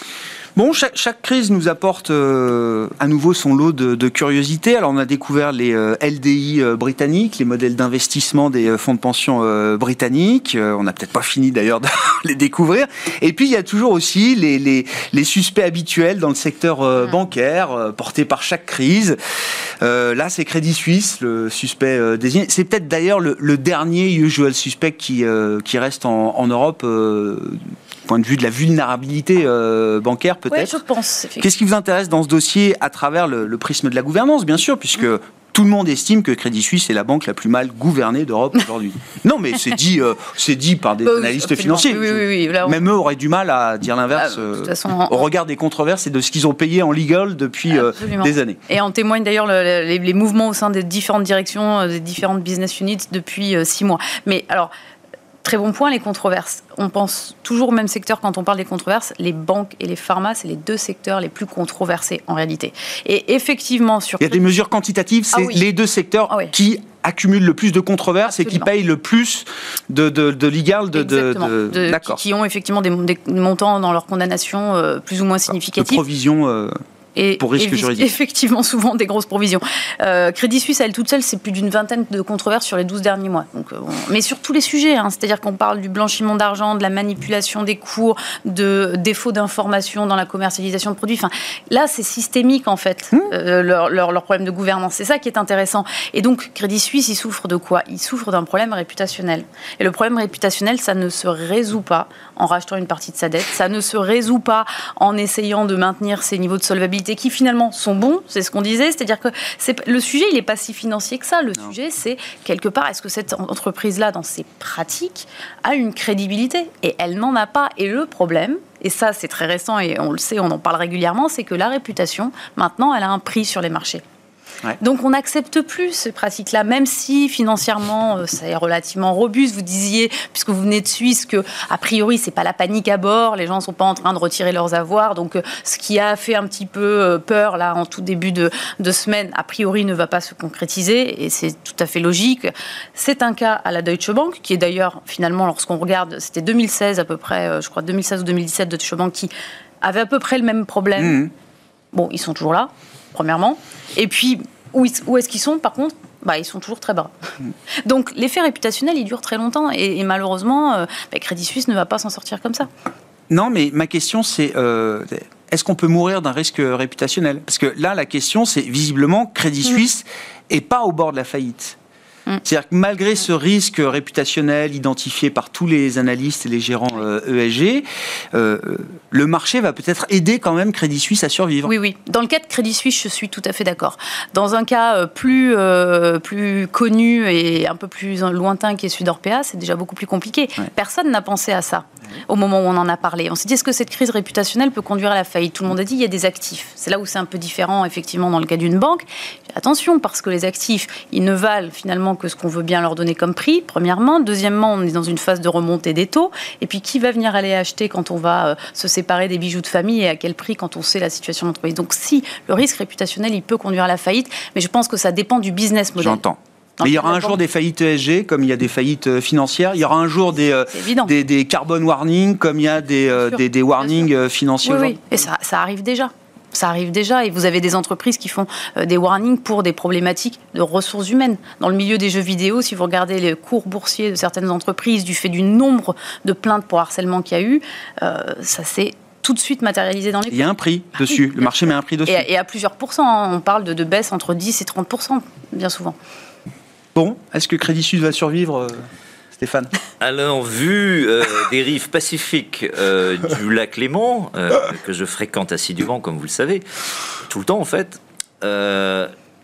Bon, chaque, chaque crise nous apporte euh, à nouveau son lot de, de curiosités. Alors, on a découvert les euh, L D I euh, britanniques, les modèles d'investissement des euh, fonds de pension euh, britanniques. Euh, on n'a peut-être pas fini d'ailleurs de les découvrir. Et puis, il y a toujours aussi les, les, les suspects habituels dans le secteur euh, bancaire, euh, portés par chaque crise. Euh, là, c'est Crédit Suisse, le suspect euh, désigné. C'est peut-être d'ailleurs le, le dernier usual suspect qui, euh, qui reste en, en Europe. Euh, point de vue de la vulnérabilité euh, bancaire, peut-être. Oui, je pense. Qu'est-ce qui vous intéresse dans ce dossier à travers le, le prisme de la gouvernance, bien sûr, puisque mmh. tout le monde estime que Crédit Suisse est la banque la plus mal gouvernée d'Europe aujourd'hui. Non, mais c'est dit, euh, c'est dit par des bah, oui, analystes absolument. financiers. Oui, oui, oui. Là, on... Même eux auraient du mal à dire l'inverse ah, euh, façon, au regard des controverses et de ce qu'ils ont payé en legal depuis euh, des années. Et en témoignent d'ailleurs le, les, les mouvements au sein des différentes directions, des différentes business units depuis euh, six mois. Mais alors... Très bon point, les controverses. On pense toujours au même secteur quand on parle des controverses. Les banques et les pharma, c'est les deux secteurs les plus controversés en réalité. Et effectivement, sur... Il y a des mesures quantitatives, c'est ah oui. les deux secteurs ah oui. qui accumulent le plus de controverses Absolument. et qui payent le plus de, de, de legal, de, de, de, de D'accord. Qui, qui ont effectivement des, des montants dans leur condamnation euh, plus ou moins significatifs. De provisions... Euh... Et pour risque juridique. Effectivement, souvent des grosses provisions. Euh, Crédit Suisse, à elle toute seule, c'est plus d'une vingtaine de controverses sur les douze derniers mois. Donc, euh, bon, mais sur tous les sujets, hein, c'est-à-dire qu'on parle du blanchiment d'argent, de la manipulation des cours, de défaut d'information dans la commercialisation de produits. Enfin, là, c'est systémique, en fait, mmh. euh, leur, leur, leur problème de gouvernance. C'est ça qui est intéressant. Et donc, Crédit Suisse, il souffre de quoi ? Il souffre d'un problème réputationnel. Et le problème réputationnel, ça ne se résout pas en rachetant une partie de sa dette. Ça ne se résout pas en essayant de maintenir ses niveaux de solvabilité qui finalement sont bons, c'est ce qu'on disait, c'est-à-dire que c'est, le sujet il n'est pas si financier que ça, le non. sujet c'est quelque part est-ce que cette entreprise-là dans ses pratiques a une crédibilité et elle n'en a pas et le problème, et ça c'est très récent et on le sait, on en parle régulièrement, c'est que la réputation maintenant elle a un prix sur les marchés. Ouais. Donc on n'accepte plus ces pratiques-là, même si financièrement euh, c'est relativement robuste. Vous disiez, puisque vous venez de Suisse, que a priori c'est pas la panique à bord, les gens ne sont pas en train de retirer leurs avoirs. Donc euh, ce qui a fait un petit peu euh, peur là en tout début de, de semaine, a priori ne va pas se concrétiser et c'est tout à fait logique. C'est un cas à la Deutsche Bank qui est d'ailleurs finalement, lorsqu'on regarde, c'était deux mille seize à peu près, euh, je crois deux mille seize ou deux mille dix-sept, Deutsche Bank qui avait à peu près le même problème. Mmh. Bon, ils sont toujours là. Premièrement. Et puis, où, où est-ce qu'ils sont, par contre ? Bah, ils sont toujours très bas. Donc, l'effet réputationnel, il dure très longtemps. Et, et malheureusement, euh, bah, Crédit Suisse ne va pas s'en sortir comme ça. Non, mais ma question, c'est... Euh, est-ce qu'on peut mourir d'un risque réputationnel ? Parce que là, la question, c'est visiblement, Crédit Suisse n'est mmh. pas au bord de la faillite. C'est-à-dire que malgré ce risque réputationnel identifié par tous les analystes et les gérants euh, E S G, euh, le marché va peut-être aider quand même Crédit Suisse à survivre. Oui, oui. Dans le cas de Crédit Suisse, je suis tout à fait d'accord. Dans un cas plus, euh, plus connu et un peu plus lointain qui est celui d'Orpea, c'est déjà beaucoup plus compliqué. Ouais. Personne n'a pensé à ça au moment où on en a parlé. On s'est dit, est-ce que cette crise réputationnelle peut conduire à la faillite ? Tout le monde a dit, il y a des actifs. C'est là où c'est un peu différent, effectivement, dans le cas d'une banque. Attention, parce que les actifs, ils ne valent finalement que ce qu'on veut bien leur donner comme prix, premièrement. Deuxièmement, on est dans une phase de remontée des taux. Et puis, qui va venir aller acheter quand on va euh, se séparer des bijoux de famille et à quel prix quand on sait la situation de l'entreprise ? Donc, si le risque réputationnel, il peut conduire à la faillite, mais je pense que ça dépend du business model. J'entends. Mais il y aura un jour des faillites E S G, comme il y a des faillites financières. Il y aura un jour des, euh, des, des carbon warnings, comme il y a des, euh, des, des warnings financiers oui, aujourd'hui. Oui, et ça, ça arrive déjà. Ça arrive déjà, et vous avez des entreprises qui font euh, des warnings pour des problématiques de ressources humaines. Dans le milieu des jeux vidéo, si vous regardez les cours boursiers de certaines entreprises, du fait du nombre de plaintes pour harcèlement qu'il y a eu, euh, ça s'est tout de suite matérialisé dans les prix. Il y a un prix dessus, le marché met un prix dessus. Et à, et à plusieurs pourcents, hein. On parle de, de baisse entre dix et trente pour cent, bien souvent. Bon, est-ce que Crédit Suisse va survivre, euh, Stéphane ? Alors, vu euh, des rives pacifiques euh, du lac Léman, euh, que je fréquente assidûment, comme vous le savez, tout le temps en fait, euh,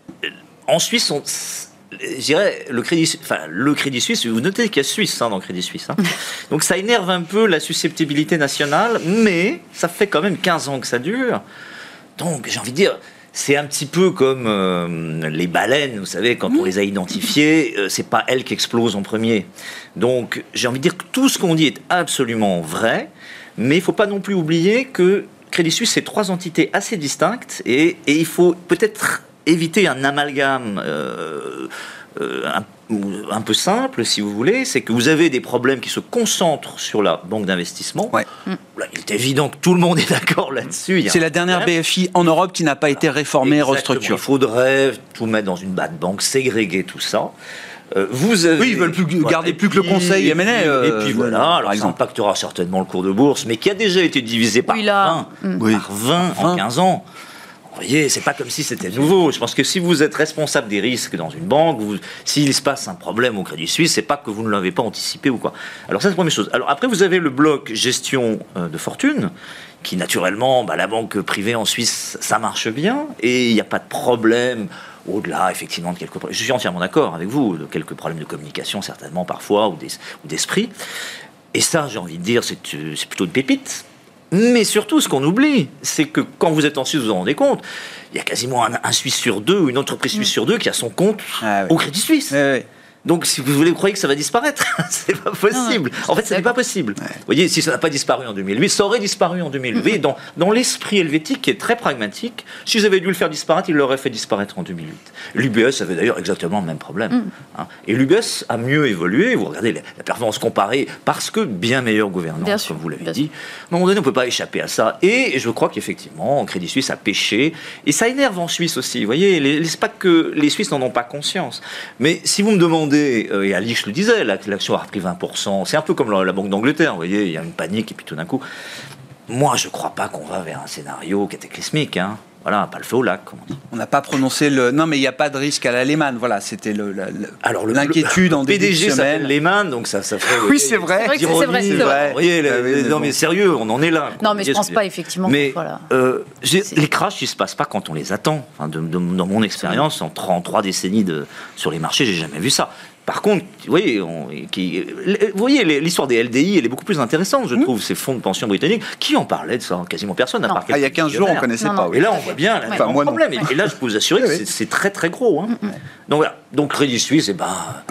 en Suisse, on, je dirais, le Crédit, enfin, le Crédit Suisse, vous notez qu'il y a Suisse hein, dans le Crédit Suisse. Hein. Donc ça énerve un peu la susceptibilité nationale, mais ça fait quand même quinze ans que ça dure. Donc j'ai envie de dire... C'est un petit peu comme euh, les baleines, vous savez, quand on les a identifiées, euh, c'est pas elles qui explosent en premier. Donc, j'ai envie de dire que tout ce qu'on dit est absolument vrai, mais il faut pas non plus oublier que Crédit Suisse, c'est trois entités assez distinctes, et, et il faut peut-être éviter un amalgame euh, euh, un, un peu simple, si vous voulez, c'est que vous avez des problèmes qui se concentrent sur la banque d'investissement. Ouais. Là, il est évident que tout le monde est d'accord là-dessus. C'est la dernière B F I en Europe qui n'a pas été réformée et restructurée. Il faudrait tout mettre dans une bad bank, ségréguer tout ça. Euh, vous avez, oui, ils veulent plus, voilà, garder plus que le conseil M and A. Euh, et puis voilà, alors par ça impactera certainement le cours de bourse, mais qui a déjà été divisé par oui, là. vingt, Oui. par vingt en quinze ans. Vous voyez, c'est pas comme si c'était nouveau. Je pense que si vous êtes responsable des risques dans une banque, vous, s'il se passe un problème au Crédit Suisse, c'est pas que vous ne l'avez pas anticipé ou quoi. Alors ça, c'est la première chose. Alors après, vous avez le bloc gestion euh, de fortune, qui naturellement, bah, la banque privée en Suisse, ça marche bien, et il n'y a pas de problème. Au-delà, effectivement, de quelques problèmes. Je suis entièrement d'accord avec vous, de quelques problèmes de communication, certainement, parfois, ou, des, ou d'esprit. Et ça, j'ai envie de dire, c'est, c'est plutôt de pépite. Mais surtout, ce qu'on oublie, c'est que quand vous êtes en Suisse, vous vous rendez compte, il y a quasiment un, un Suisse sur deux, ou une entreprise suisse sur deux qui a son compte ah, oui. au Crédit Suisse. Oui, oui. Donc, si vous voulez, vous croyez que ça va disparaître, c'est pas possible. Non, en fait, ce n'est pas possible. Ouais. Vous voyez, si ça n'a pas disparu en deux mille huit, ça aurait disparu en deux mille huit. Vous voyez, dans, dans l'esprit helvétique, qui est très pragmatique, s'ils avaient dû le faire disparaître, ils l'auraient fait disparaître en deux mille huit. L'U B S avait d'ailleurs exactement le même problème. Mm. Hein. Et l'U B S a mieux évolué. Vous regardez la, la performance comparée, parce que bien meilleure gouvernance, bien comme sûr, vous l'avez dit. À un moment donné, on ne peut pas échapper à ça. Et je crois qu'effectivement, Crédit Suisse a péché. Et ça énerve en Suisse aussi. Vous voyez, les, c'est pas que les Suisses n'en ont pas conscience. Mais si vous me demandez, euh, et Ali, je le disais, l'action a repris vingt pour cent. C'est un peu comme la, la Banque d'Angleterre, vous voyez, il y a une panique et puis tout d'un coup. Moi, je ne crois pas qu'on va vers un scénario cataclysmique. Hein. Voilà, pas le feu au lac, comme on dit. On n'a pas prononcé le... Non, mais il n'y a pas de risque à la Lehman. Voilà, c'était le, la, le... Alors, le, l'inquiétude le, en début de semaine. P D G s'appelle Lehman, donc ça, ça fait... Oui, c'est vrai. C'est vrai, c'est vrai, c'est vrai. Vous voyez, les, les, non, mais sérieux, on en est là. Non, mais je ne pense pas, effectivement. Mais voilà. euh, les crashs, ils ne se passent pas quand on les attend. Enfin, de, de, dans mon expérience, en trois, en trois décennies de, sur les marchés, je n'ai jamais vu ça. Par contre, vous voyez, on, qui, vous voyez, l'histoire des L D I, elle est beaucoup plus intéressante, je mmh. trouve, ces fonds de pension britanniques. Qui en parlait de ça? Quasiment personne, à part quelques ah, il y a quinze jours, on ne connaissait non, pas. Non. Et là, on voit bien le enfin, problème. Non. Et là, je peux vous assurer que c'est, c'est très, très gros. Hein. Mmh. Donc, voilà. Donc, Crédit Suisse, eh ben,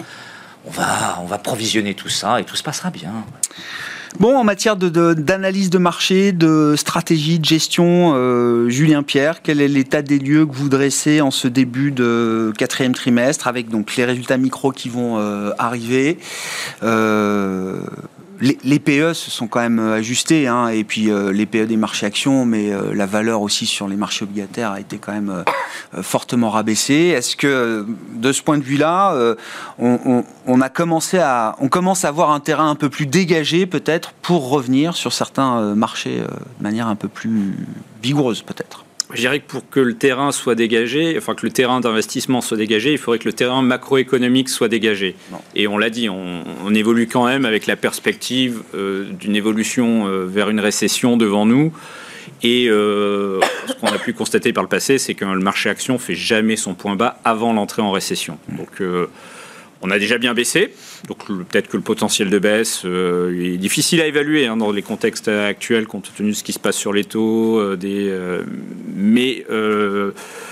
on, va, on va provisionner tout ça et tout se passera bien. Bon, en matière de, de, d'analyse de marché, de stratégie, de gestion, euh, Julien Pierre, quel est l'état des lieux que vous dressez en ce début de quatrième trimestre, avec donc les résultats micro qui vont euh, arriver euh, les, les P E se sont quand même ajustés, hein, et puis euh, les P E des marchés actions, mais euh, la valeur aussi sur les marchés obligataires a été quand même euh, fortement rabaissée. Est-ce que, de ce point de vue-là, euh, on, on, on a commencé à, on commence à avoir un terrain un peu plus dégagé, peut-être, pour revenir sur certains euh, marchés euh, de manière un peu plus vigoureuse, peut-être? Je dirais que pour que le terrain soit dégagé, enfin que le terrain d'investissement soit dégagé, il faudrait que le terrain macroéconomique soit dégagé. Non. Et on l'a dit, on, on évolue quand même avec la perspective euh, d'une évolution euh, vers une récession devant nous. Et euh, ce qu'on a pu constater par le passé, c'est que le marché action ne fait jamais son point bas avant l'entrée en récession. Donc euh, on a déjà bien baissé, donc le, peut-être que le potentiel de baisse euh, est difficile à évaluer hein, dans les contextes actuels, compte tenu de ce qui se passe sur les taux, euh, des, euh, mais euh,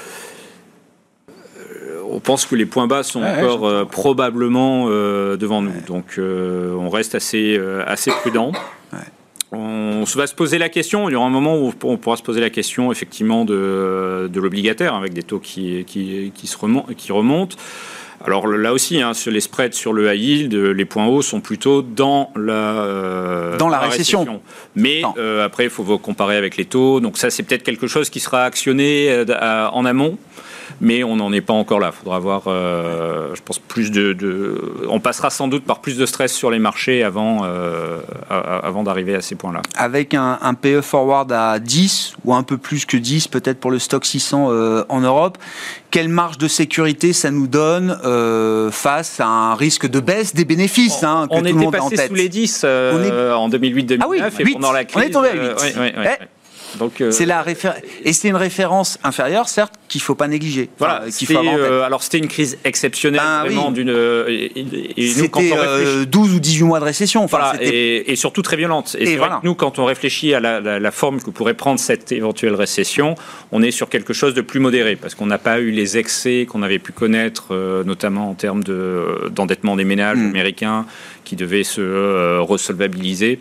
on pense que les points bas sont ouais, encore euh, probablement euh, devant nous, ouais. donc euh, on reste assez, euh, assez prudent. Ouais. On va se poser la question, il y aura un moment où on pourra se poser la question effectivement de, de l'obligataire, avec des taux qui, qui, qui, se remontent, qui remontent. Alors là aussi, hein, sur les spreads sur le high yield, les points hauts sont plutôt dans la, euh, dans la, la récession. récession. Mais euh, après, il faut comparer avec les taux. Donc ça, c'est peut-être quelque chose qui sera actionné euh, à, en amont. Mais on n'en est pas encore là. Il faudra avoir, euh, je pense, plus de, de... On passera sans doute par plus de stress sur les marchés avant, euh, avant d'arriver à ces points-là. Avec un, un P E forward à dix, ou un peu plus que dix, peut-être pour le stock six cents euh, en Europe, quelle marge de sécurité ça nous donne euh, face à un risque de baisse des bénéfices hein, que on tout le monde a en tête. On était passé sous les dix euh, est... en deux mille huit deux mille neuf ah oui, et pendant la crise. On est tombé à huit. Euh, ouais, ouais, ouais, eh, Donc, euh... c'est la réfé... Et c'est une référence inférieure, certes, qu'il ne faut pas négliger. Voilà, enfin, qu'il faut avoir euh, alors c'était une crise exceptionnelle, ben, vraiment, oui. d'une... Et, et c'était nous, quand on réfléchit... euh, douze ou dix-huit mois de récession. Enfin, voilà, et, et surtout très violente. Et, et c'est voilà. vrai que nous, quand on réfléchit à la, la, la forme que pourrait prendre cette éventuelle récession, on est sur quelque chose de plus modéré, parce qu'on n'a pas eu les excès qu'on avait pu connaître, euh, notamment en termes de, d'endettement des ménages mmh. américains, qui devaient se euh, resolvabiliser.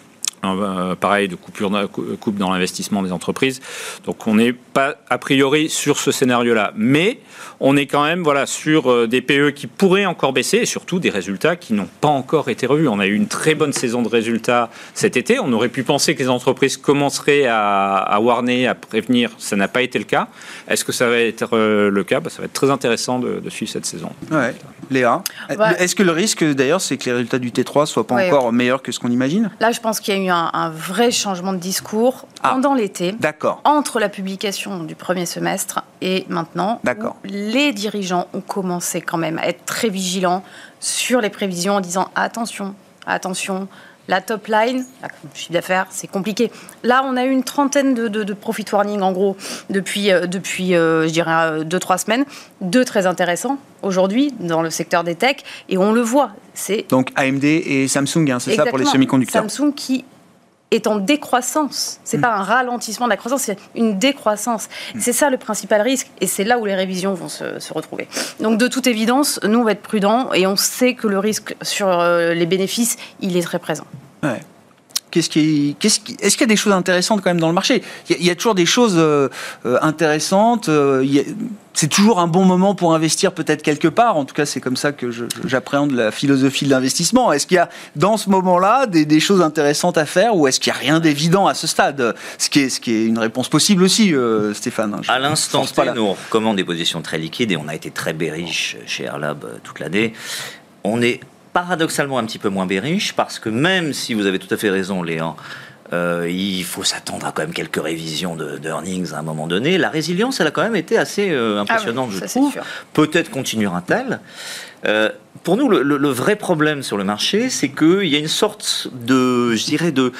Euh, pareil, de coupure, coupe dans l'investissement des entreprises. Donc on n'est pas a priori sur ce scénario-là. Mais on est quand même voilà, sur euh, des P E qui pourraient encore baisser et surtout des résultats qui n'ont pas encore été revus. On a eu une très bonne saison de résultats cet été. On aurait pu penser que les entreprises commenceraient à, à warner, à prévenir. Ça n'a pas été le cas. Est-ce que ça va être euh, le cas ? Bah, ça va être très intéressant de, de suivre cette saison. Ouais. Léa, ouais. Est-ce que le risque d'ailleurs c'est que les résultats du T trois ne soient pas ouais, encore ouais. meilleurs que ce qu'on imagine ? Là je pense qu'il y a eu un, un vrai changement de discours ah. pendant l'été, D'accord. entre la publication du premier semestre et maintenant, D'accord. où les dirigeants ont commencé quand même à être très vigilants sur les prévisions en disant attention, attention, la top line, le chiffre d'affaires, c'est compliqué. Là, on a eu une trentaine de, de, de profit warning, en gros, depuis, euh, depuis euh, je dirais, deux, trois semaines. Deux très intéressants, aujourd'hui, dans le secteur des techs, et on le voit. C'est... Donc, A M D et Samsung, hein, c'est Exactement. ça pour les semi-conducteurs. Samsung qui est en décroissance. C'est mmh. pas un ralentissement de la croissance, c'est une décroissance. Mmh. C'est ça le principal risque, et c'est là où les révisions vont se, se retrouver. Donc, de toute évidence, nous, on va être prudents, et on sait que le risque sur euh, les bénéfices, il est très présent. Ouais. Qu'est-ce qui, qu'est-ce qui, est-ce qu'il y a des choses intéressantes quand même dans le marché ? il y, a, il y a toujours des choses euh, intéressantes. Euh, il y a, c'est toujours un bon moment pour investir peut-être quelque part. En tout cas, c'est comme ça que je, j'appréhende la philosophie de l'investissement. Est-ce qu'il y a dans ce moment-là des, des choses intéressantes à faire ou est-ce qu'il n'y a rien d'évident à ce stade ? Ce qui est, ce qui est une réponse possible aussi, euh, Stéphane. Je à l'instant T, nous on recommande des positions très liquides et on a été très bearish chez Airlab toute l'année. On est paradoxalement un petit peu moins bearish parce que même si vous avez tout à fait raison, Léa, euh, il faut s'attendre à quand même quelques révisions de, de earnings à un moment donné. La résilience, elle a quand même été assez euh, impressionnante, ah oui, je trouve. Peut-être continuera-t-elle. Euh, pour nous, le, le, le vrai problème sur le marché, c'est qu'il y a une sorte de, je dirais, de...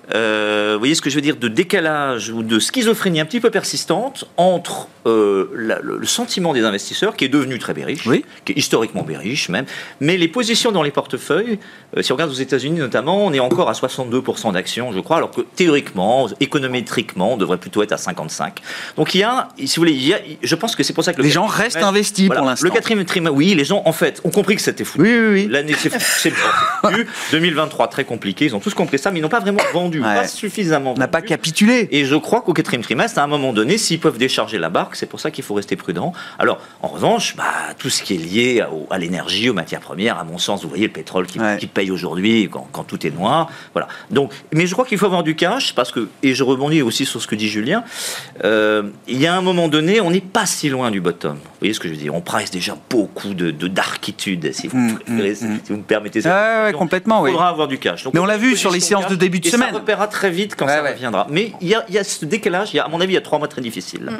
Euh, vous voyez ce que je veux dire, de décalage ou de schizophrénie un petit peu persistante entre euh, la, le, le sentiment des investisseurs qui est devenu très bearish, oui. qui est historiquement bearish même, mais les positions dans les portefeuilles, euh, si on regarde aux États-Unis notamment, on est encore à soixante-deux pour cent d'actions, je crois, alors que théoriquement, économétriquement, on devrait plutôt être à cinquante-cinq. Donc il y a, si vous voulez, il y a, je pense que c'est pour ça que le les gens restent investis voilà, pour l'instant. Le quatrième trimestre, oui, les gens en fait ont compris que c'était fou. Oui, oui, oui. L'année c'est foutu. deux mille vingt-trois très compliqué, ils ont tous compris ça, mais ils n'ont pas vraiment vendu. Ouais. Pas suffisamment on n'a pas capitulé. Et je crois qu'au quatrième trimestre, à un moment donné, s'ils peuvent décharger la barque, c'est pour ça qu'il faut rester prudent. Alors, en revanche, bah, tout ce qui est lié à, à l'énergie, aux matières premières, à mon sens, vous voyez le pétrole qui, ouais. qui paye aujourd'hui quand, quand tout est noir. Voilà. Donc, mais je crois qu'il faut avoir du cash parce que, et je rebondis aussi sur ce que dit Julien, euh, il y a un moment donné, on n'est pas si loin du bottom. Vous voyez ce que je veux dire ? On price déjà beaucoup de, de darkitude, si vous, mmh, préférez, mmh. si vous me permettez ça. Ah, ouais, complètement, il faudra oui. avoir du cash. Donc, mais on l'a vu sur les séances de début de et semaine. Ça repérera très vite quand ouais, ça ouais. reviendra. Mais il y, a, il y a ce décalage, il y a, à mon avis, il y a trois mois très difficiles. Mm.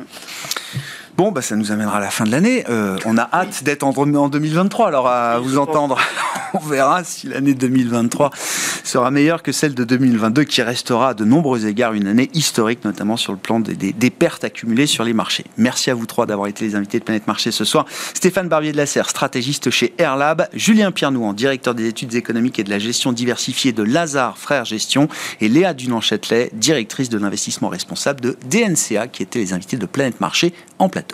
Bon, bah, ça nous amènera à la fin de l'année. Euh, on a hâte oui. d'être en, en deux mille vingt-trois, alors à oui, vous entendre. On verra si l'année deux mille vingt-trois sera meilleure que celle de deux mille vingt-deux, qui restera à de nombreux égards une année historique, notamment sur le plan des, des, des pertes accumulées sur les marchés. Merci à vous trois d'avoir été les invités de Planète Marché ce soir. Stéphane Barbier de la Serre, stratégiste chez Airlab, Julien Pierre-Nouan, directeur des études économiques et de la gestion diversifiée de Lazard Frères Gestion, et Léa Dunant-Châtelet, directrice de l'investissement responsable de D N C A, qui étaient les invités de Planète Marché en plateau.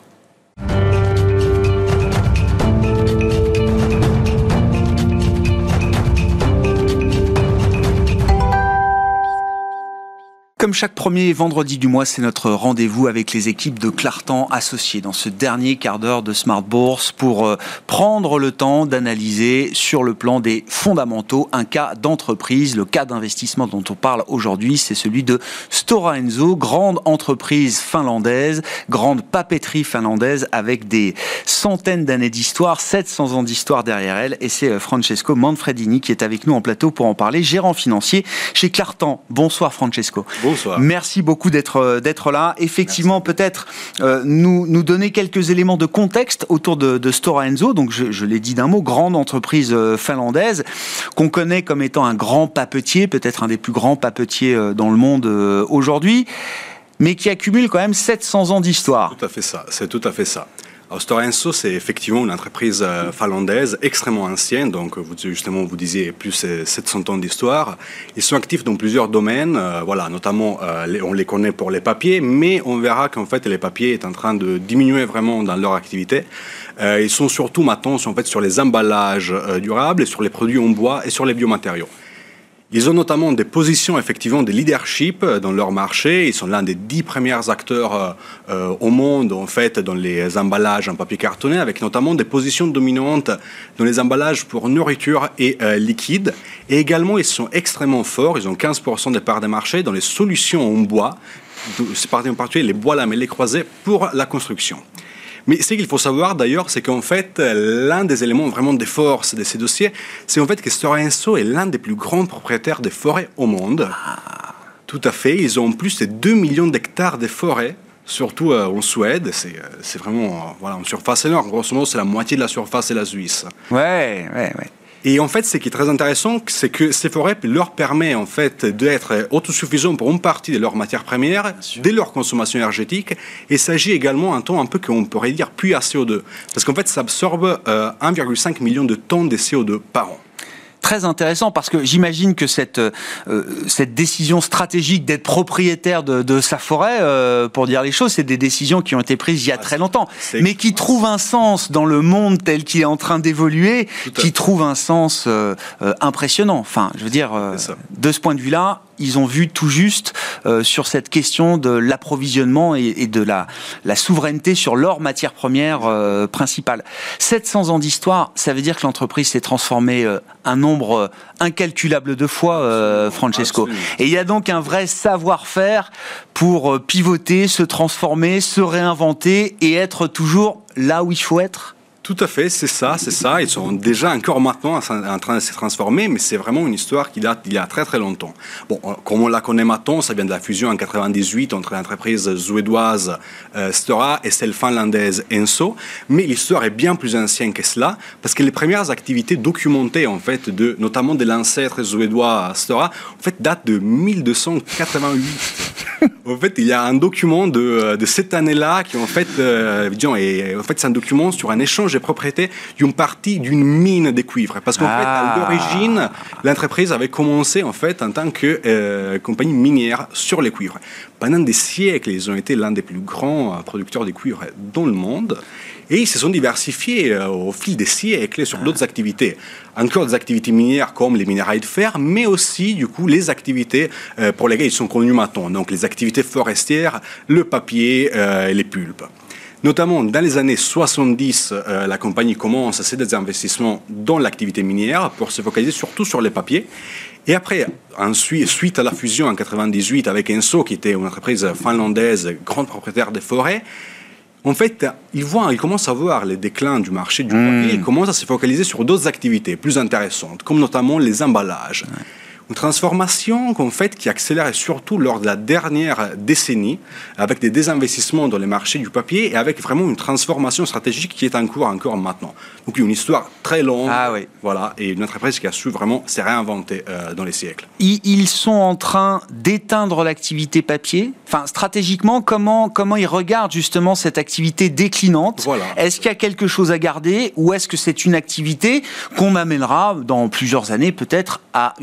Comme chaque premier vendredi du mois, c'est notre rendez-vous avec les équipes de Clartan Associés dans ce dernier quart d'heure de Smart Bourse pour euh, prendre le temps d'analyser sur le plan des fondamentaux un cas d'entreprise. Le cas d'investissement dont on parle aujourd'hui, c'est celui de Stora Enso, grande entreprise finlandaise, grande papeterie finlandaise avec des centaines d'années d'histoire, sept cents ans d'histoire derrière elle. Et c'est Francesco Manfredini qui est avec nous en plateau pour en parler, gérant financier chez Clartan. Bonsoir Francesco. Bonsoir. Merci beaucoup d'être, d'être là. Effectivement, Merci. peut-être euh, nous, nous donner quelques éléments de contexte autour de, de Stora Enso. Donc, je, je l'ai dit d'un mot, grande entreprise euh, finlandaise qu'on connaît comme étant un grand papetier, peut-être un des plus grands papetiers euh, dans le monde euh, aujourd'hui, mais qui accumule quand même sept cents ans d'histoire. C'est tout à fait ça. C'est tout à fait ça. Alors, Stora Enso, c'est effectivement une entreprise euh, finlandaise extrêmement ancienne, donc vous, justement vous disiez plus de sept cents ans d'histoire. Ils sont actifs dans plusieurs domaines, euh, voilà, notamment euh, les, on les connaît pour les papiers, mais on verra qu'en fait les papiers est en train de diminuer vraiment dans leur activité. Euh, ils sont surtout maintenant en fait, sur les emballages euh, durables, et sur les produits en bois et sur les biomatériaux. Ils ont notamment des positions effectivement de leadership dans leur marché. Ils sont l'un des dix premiers acteurs euh, au monde en fait dans les emballages en papier cartonné, avec notamment des positions dominantes dans les emballages pour nourriture et euh, liquide. Et également, ils sont extrêmement forts. Ils ont quinze pour cent des parts de marché dans les solutions en bois, c'est en particulier les bois lamellés croisés pour la construction. Mais ce qu'il faut savoir d'ailleurs, c'est qu'en fait, l'un des éléments vraiment de force de ces dossiers, c'est en fait que Stora Enso est l'un des plus grands propriétaires de forêts au monde. Ah. Tout à fait. Ils ont plus de deux millions d'hectares de forêts, surtout euh, en Suède. C'est, euh, c'est vraiment, euh, voilà, en surface énorme. Grosso modo, c'est la moitié de la surface de la Suisse. Ouais, ouais, ouais. Et en fait, ce qui est très intéressant, c'est que ces forêts leur permettent en fait d'être autosuffisants pour une partie de leurs matières premières, de leur consommation énergétique. Et il s'agit également d'un temps un peu qu'on pourrait dire puits à C O deux, parce qu'en fait, ça absorbe euh, un virgule cinq million de tonnes de C O deux par an. Très intéressant parce que j'imagine que cette euh, cette décision stratégique d'être propriétaire de, de sa forêt, euh, pour dire les choses, c'est des décisions qui ont été prises il y a ah, très longtemps, mais qui trouvent un sens dans le monde tel qu'il est en train d'évoluer, qui trouvent un sens euh, euh, impressionnant. Enfin, je veux dire, euh, de ce point de vue-là, ils ont vu tout juste euh, sur cette question de l'approvisionnement et, et de la, la souveraineté sur leur matière première euh, principale. sept cents ans d'histoire, ça veut dire que l'entreprise s'est transformée euh, un nombre euh, incalculable de fois, euh, Francesco. Absolument. Et il y a donc un vrai savoir-faire pour euh, pivoter, se transformer, se réinventer et être toujours là où il faut être. Tout à fait, c'est ça, c'est ça. Ils sont déjà encore maintenant en train de se transformer, mais c'est vraiment une histoire qui date d'il y a très très longtemps. Bon, comme on la connaît maintenant, ça vient de la fusion en quatre-vingt-dix-huit entre l'entreprise suédoise euh, Stora et celle finlandaise Enso, mais l'histoire est bien plus ancienne que cela, parce que les premières activités documentées, en fait, de, notamment de l'ancêtre suédois Stora, en fait, datent de mille deux cent quatre-vingt-huit. En fait, il y a un document de, de cette année-là qui, en fait, euh, disons, est, en fait, c'est un document sur un échange de propriété d'une partie d'une mine de cuivre. Parce qu'en ah. fait, à l'origine, l'entreprise avait commencé, en fait, en tant que euh, compagnie minière sur les cuivres. Pendant des siècles, ils ont été l'un des plus grands producteurs de cuivre dans le monde. Et ils se sont diversifiés euh, au fil des siècles sur ah. d'autres activités. Encore des activités minières comme les minerais de fer, mais aussi, du coup, les activités euh, pour lesquelles ils sont connus maintenant. Donc, les activités forestières, le papier euh, et les pulpes. Notamment, dans les années soixante-dix, euh, la compagnie commence à céder des investissements dans l'activité minière pour se focaliser surtout sur les papiers. Et après, ensuite, suite à la fusion en quatre-vingt-dix-huit avec Enso, qui était une entreprise finlandaise, grande propriétaire des forêts, en fait, ils, voient, ils commencent à voir le déclin du marché du papier mmh. et commencent à se focaliser sur d'autres activités plus intéressantes, comme notamment les emballages. Ouais. Une transformation en fait, qui accélère surtout lors de la dernière décennie, avec des désinvestissements dans les marchés du papier et avec vraiment une transformation stratégique qui est en cours encore maintenant. Donc une histoire très longue, ah oui. voilà, et une entreprise qui a su vraiment se réinventer euh, dans les siècles. Ils sont en train d'éteindre l'activité papier. Enfin, stratégiquement, comment, comment ils regardent justement cette activité déclinante ? Voilà. Est-ce qu'il y a quelque chose à garder ou est-ce que c'est une activité qu'on amènera dans plusieurs années peut-être à une extinction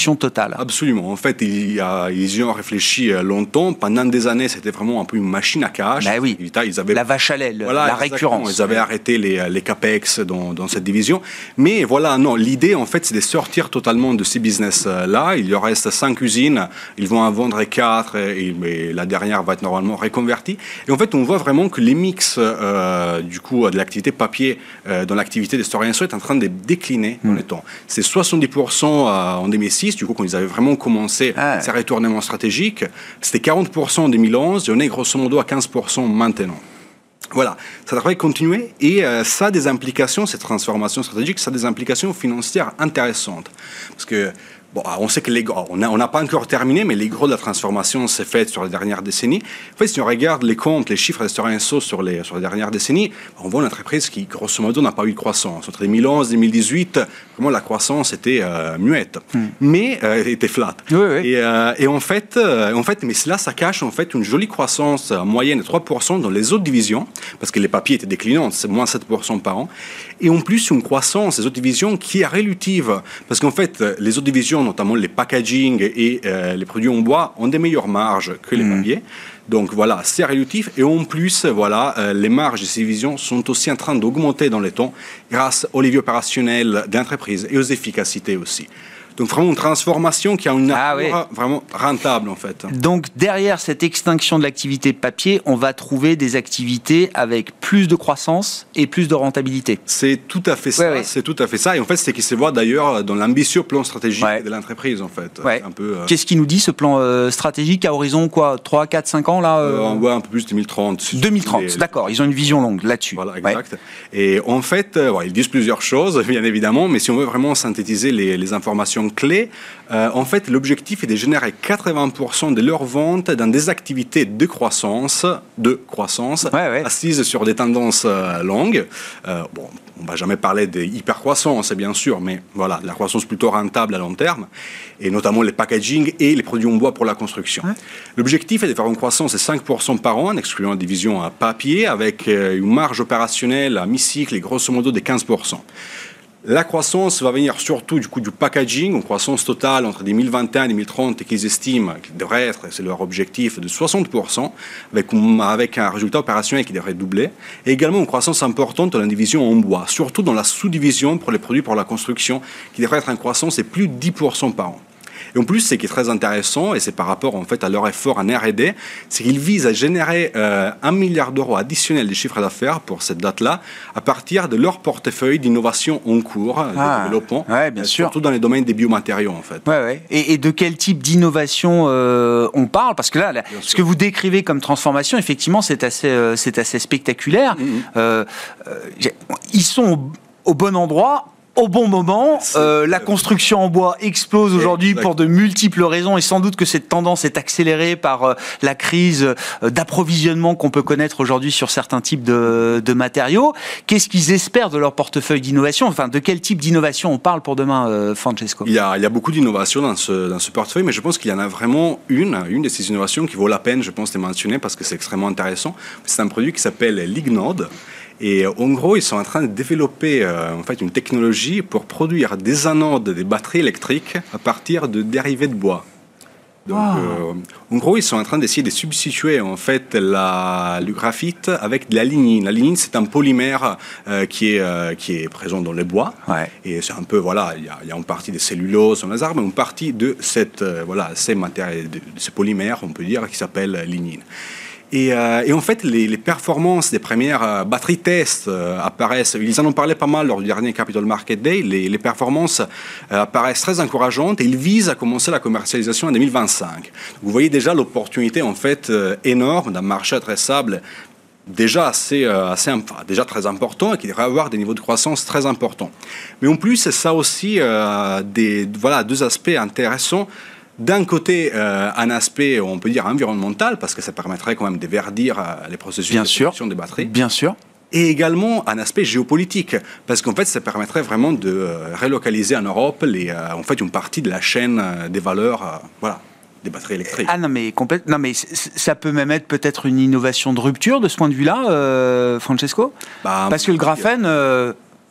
destruction totale. Absolument. En fait, il y a, ils y ont réfléchi longtemps. Pendant des années, c'était vraiment un peu une machine à cash. Bah oui. Ils avaient, la vache à lait, voilà, la récurrence. Ils avaient arrêté les, les capex dans, dans cette division. Mais voilà, non, l'idée, en fait, c'est de sortir totalement de ces business-là. Il y reste cinq usines. Ils vont en vendre quatre et, et la dernière va être normalement reconvertie. Et en fait, on voit vraiment que les mix euh, du coup, de l'activité papier euh, dans l'activité des Stora-Enso est en train de décliner mmh. dans le temps. C'est soixante-dix pour cent en deux mille six, du coup, quand ils avaient vraiment commencé ah ouais. ces retournements stratégiques. C'était quarante pour cent en deux mille onze et on est grosso modo à quinze pour cent maintenant. Voilà, ça devrait continuer et euh, ça a des implications, cette transformation stratégique, ça a des implications financières intéressantes. Parce que bon, on sait que les, on n'a on n'a pas encore terminé, mais les gros de la transformation s'est fait sur les dernières décennies. En fait, si on regarde les comptes, les chiffres de Stora-Enso sur les, sur les dernières décennies, on voit une entreprise qui, grosso modo, n'a pas eu de croissance. Entre deux mille onze et deux mille dix-huit, vraiment, la croissance était euh, muette, mm. mais euh, était flat. Oui, oui. Et, euh, et en, fait, euh, en fait, mais cela, ça cache en fait une jolie croissance moyenne de trois pour cent dans les autres divisions, parce que les papiers étaient déclinants, c'est moins sept pour cent par an. Et en plus, une croissance des autres divisions qui est relative, parce qu'en fait, les autres divisions, notamment les packaging et euh, les produits en bois, ont des meilleures marges que les mmh. papiers. Donc voilà, c'est relatif. Et en plus, voilà, euh, les marges de ces divisions sont aussi en train d'augmenter dans le temps grâce aux leviers opérationnels d'entreprise et aux efficacités aussi. Donc vraiment une transformation qui a une nature ah oui. vraiment rentable en fait. Donc derrière cette extinction de l'activité papier, on va trouver des activités avec plus de croissance et plus de rentabilité. C'est tout à fait ça. Ouais, ouais. C'est tout à fait ça. Et en fait, c'est ce qui se voit d'ailleurs dans l'ambitieux plan stratégique ouais. de l'entreprise en fait. Ouais. Un peu, euh... Qu'est-ce qui nous dit ce plan euh, stratégique à horizon quoi, trois, quatre, cinq ans là euh... Euh, ouais, un peu plus deux mille trente. deux mille trente, les... d'accord. Ils ont une vision longue là-dessus. Voilà, exact. Ouais. Et en fait, euh, ouais, ils disent plusieurs choses, bien évidemment, mais si on veut vraiment synthétiser les, les informations clés, euh, en fait, l'objectif est de générer quatre-vingts pour cent de leurs ventes dans des activités de croissance, de croissance, ouais, ouais. assises sur des tendances euh, longues. Euh, bon, on ne va jamais parler d'hyper-croissance, bien sûr, mais voilà, la croissance plutôt rentable à long terme, et notamment les packaging et les produits en bois pour la construction. Ouais. L'objectif est de faire une croissance de cinq pour cent par an, en excluant la division à papier, avec une marge opérationnelle à mi-cycle et grosso modo de quinze pour cent. La croissance va venir surtout du coup du packaging, une croissance totale entre deux mille vingt et un et deux mille trente qu'ils estiment qu'il devrait être, c'est leur objectif, de soixante pour cent, avec, avec un résultat opérationnel qui devrait doubler, et également une croissance importante dans la division en bois, surtout dans la sous-division pour les produits pour la construction, qui devrait être en croissance de plus de dix pour cent par an. Et en plus, ce qui est très intéressant, et c'est par rapport en fait à leur effort en R et D, c'est qu'ils visent à générer euh, un milliard d'euros additionnel de chiffre d'affaires pour cette date-là, à partir de leur portefeuille d'innovation en cours, ah, de développement, ouais, bien sûr. surtout dans les domaines des biomatériaux en fait. Ouais, ouais. Et, et de quel type d'innovation euh, on parle? Parce que là, là ce que vous décrivez comme transformation, effectivement, c'est assez, euh, c'est assez spectaculaire. Mm-hmm. euh, euh, ils sont au, au bon endroit. Au bon moment, euh, la construction en bois explose aujourd'hui pour de multiples raisons et sans doute que cette tendance est accélérée par euh, la crise euh, d'approvisionnement qu'on peut connaître aujourd'hui sur certains types de, de matériaux. Qu'est-ce qu'ils espèrent de leur portefeuille d'innovation? Enfin, de quel type d'innovation on parle pour demain, euh, Francesco? il y, a, il y a beaucoup d'innovations dans ce, dans ce portefeuille, mais je pense qu'il y en a vraiment une, une de ces innovations qui vaut la peine, je pense, de mentionner parce que c'est extrêmement intéressant. C'est un produit qui s'appelle Lignode. Et en gros, ils sont en train de développer euh, en fait, une technologie pour produire des anodes des batteries électriques à partir de dérivés de bois. Donc, wow. euh, en gros, ils sont en train d'essayer de substituer en fait la, le graphite avec de la lignine. La lignine, c'est un polymère euh, qui, est, euh, qui est présent dans les bois. Ouais. Et c'est un peu, voilà, il y a, il y a une partie de cellulose dans les arbres, mais une partie de, cette, euh, voilà, ces matériaux, de, de ce polymère, on peut dire, qui s'appelle lignine. Et, euh, et en fait, les, les performances des premières euh, batteries tests euh, apparaissent, ils en ont parlé pas mal lors du dernier Capital Market Day, les, les performances euh, apparaissent très encourageantes et ils visent à commencer la commercialisation en deux mille vingt-cinq. Vous voyez déjà l'opportunité en fait euh, énorme d'un marché adressable déjà, assez, euh, assez, enfin, déjà très important et qui devrait avoir des niveaux de croissance très importants. Mais en plus, ça a aussi euh, des, voilà, deux aspects intéressants. D'un côté, euh, un aspect, on peut dire, environnemental, parce que ça permettrait quand même de verdir euh, les processus Bien de sûr. production des batteries. Bien sûr. Et également un aspect géopolitique, parce qu'en fait, ça permettrait vraiment de euh, relocaliser en Europe les, euh, en fait, une partie de la chaîne euh, des valeurs, euh, voilà, des batteries électriques. Ah non, mais complètement. Non, mais ça peut même être peut-être une innovation de rupture de ce point de vue-là, euh, Francesco, bah, parce que le graphène. Euh,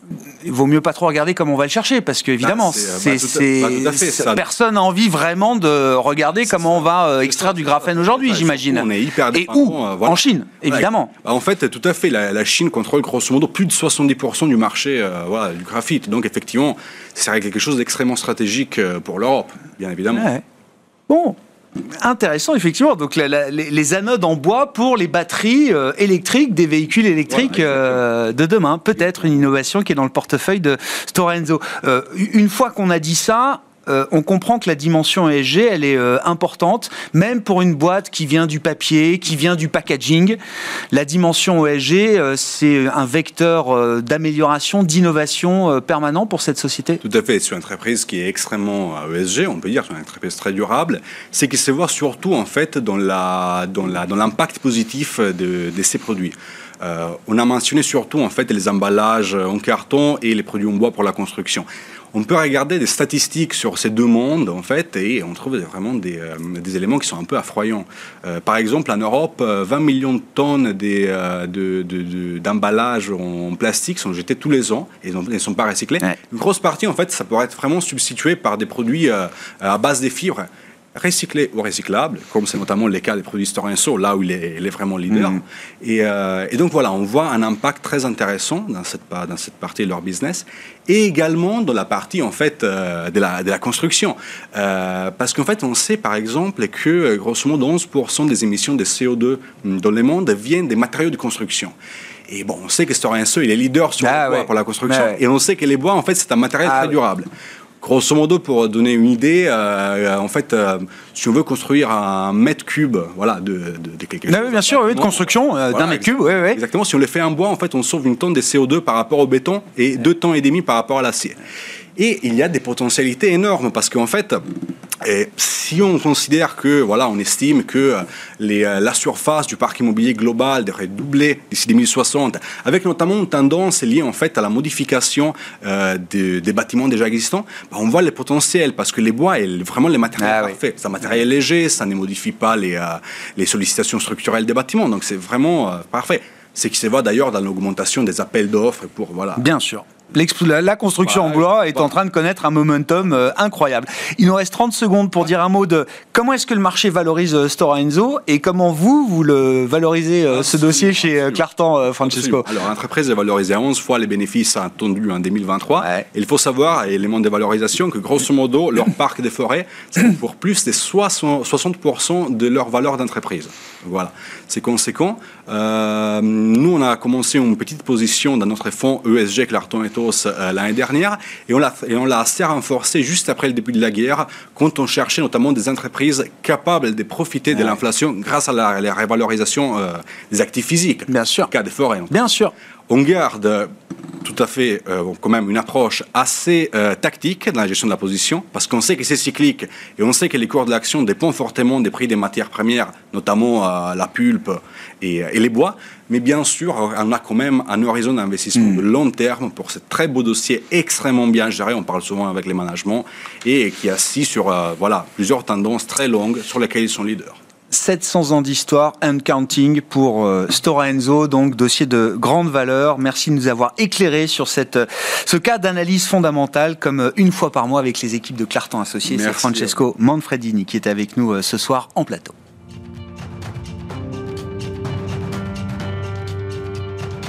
il vaut mieux pas trop regarder comment on va le chercher, parce qu'évidemment, bah, c'est, c'est, bah, tout à, bah, tout à fait, personne n'a envie vraiment de regarder c'est comment ça. on va euh, extraire du graphène aujourd'hui, j'imagine. On est hyper Et où euh, voilà. En Chine, évidemment. Ouais. Bah, en fait, tout à fait, la, la Chine contrôle grosso modo plus de soixante-dix pour cent du marché euh, voilà, du graphite. Donc effectivement, ce serait quelque chose d'extrêmement stratégique pour l'Europe, bien évidemment. Ouais. Bon. Intéressant, effectivement. Donc, la, la, les, les anodes en bois pour les batteries euh, électriques des véhicules électriques voilà, euh, de demain. Peut-être une innovation qui est dans le portefeuille de Stora Enso. Euh, une fois qu'on a dit ça, euh, on comprend que la dimension E S G, elle est euh, importante, même pour une boîte qui vient du papier, qui vient du packaging. La dimension E S G, euh, c'est un vecteur euh, d'amélioration, d'innovation euh, permanent pour cette société. Tout à fait. C'est une entreprise qui est extrêmement E S G, on peut dire, c'est une entreprise très durable. C'est qu'il se voit surtout en fait dans la dans la dans l'impact positif de, de ces produits. Euh, on a mentionné surtout en fait les emballages en carton et les produits en bois pour la construction. On peut regarder des statistiques sur ces deux mondes, en fait, et on trouve vraiment des, euh, des éléments qui sont un peu effrayants. Euh, par exemple, en Europe, vingt millions de tonnes des, euh, de, de, de, d'emballages en plastique sont jetés tous les ans et ne sont pas recyclés. Ouais. Une grosse partie, en fait, ça pourrait être vraiment substitué par des produits euh, à base des fibres, recyclés ou recyclables, comme c'est notamment le cas des produits Stora Enso, là où il est, il est vraiment leader. Mmh. Et, euh, et donc voilà, on voit un impact très intéressant dans cette, dans cette partie de leur business, et également dans la partie en fait euh, de, la, de la construction. Euh, parce qu'en fait, on sait par exemple que grosso modo onze pour cent des émissions de C O deux dans le monde viennent des matériaux de construction. Et bon, on sait que Stora Enso, il est leader sur ah, le bois ouais. pour la construction, ouais. et on sait que les bois, en fait, c'est un matériel ah, très ouais. durable. Grosso modo, pour donner une idée, euh, en fait, euh, si on veut construire un mètre cube, voilà, de, de, de quelque chose. Oui, bien sûr, oui, de construction euh, voilà, d'un mètre cube, oui, oui. Exactement. Si on le fait en bois, en fait, on sauve une tonne de C O deux par rapport au béton et deux tonnes et demi par rapport à l'acier. Et il y a des potentialités énormes parce qu'en fait, et si on considère que, voilà, on estime que les, la surface du parc immobilier global devrait doubler d'ici deux mille soixante, avec notamment une tendance liée en fait à la modification euh, de, des bâtiments déjà existants, bah, on voit les potentiels parce que les bois, est vraiment les matériels ah, parfaits. Oui. C'est un matériel léger, ça ne modifie pas les, euh, les sollicitations structurelles des bâtiments, donc c'est vraiment euh, parfait. C'est qui se voit d'ailleurs dans l'augmentation des appels d'offres pour, voilà. Bien sûr. La construction bah, en bois est bah. en train de connaître un momentum euh, incroyable. Il nous reste trente secondes pour dire un mot de comment est-ce que le marché valorise euh, Stora Enso et comment vous, vous le valorisez euh, ce dossier chez euh, Clartan, euh, Francesco. Absolument. Alors, l'entreprise est valorisée à onze fois les bénéfices attendus en deux mille vingt-trois. Ouais. Il faut savoir, élément de valorisation, que grosso modo, leur parc des forêts, c'est pour plus de soixante pour cent de leur valeur d'entreprise. Voilà. C'est conséquent. Euh, nous, on a commencé une petite position dans notre fonds E S G Clartan et Euh, l'année dernière et on l'a et on l'a assez renforcé juste après le début de la guerre quand on cherchait notamment des entreprises capables de profiter de l'inflation grâce à la, la révalorisation euh, des actifs physiques. Bien sûr. Cas des forêts. Bien sûr. On garde tout à fait euh, quand même une approche assez euh, tactique dans la gestion de la position parce qu'on sait que c'est cyclique et on sait que les cours de l'action dépendent fortement des prix des matières premières, notamment euh, la pulpe et, et les bois. Mais bien sûr, on a quand même un horizon d'investissement mmh. de long terme pour ce très beau dossier extrêmement bien géré. On parle souvent avec les managements et qui est assis sur euh, voilà, plusieurs tendances très longues sur lesquelles ils sont leaders. sept cents ans d'histoire and counting pour euh, Stora Enso, donc dossier de grande valeur. Merci de nous avoir éclairé sur cette, ce cas d'analyse fondamentale comme une fois par mois avec les équipes de Clartan Associés. C'est Francesco Manfredini qui est avec nous euh, ce soir en plateau.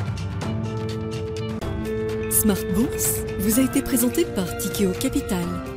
Smart Bourse vous a été présenté par Tikeo Capital.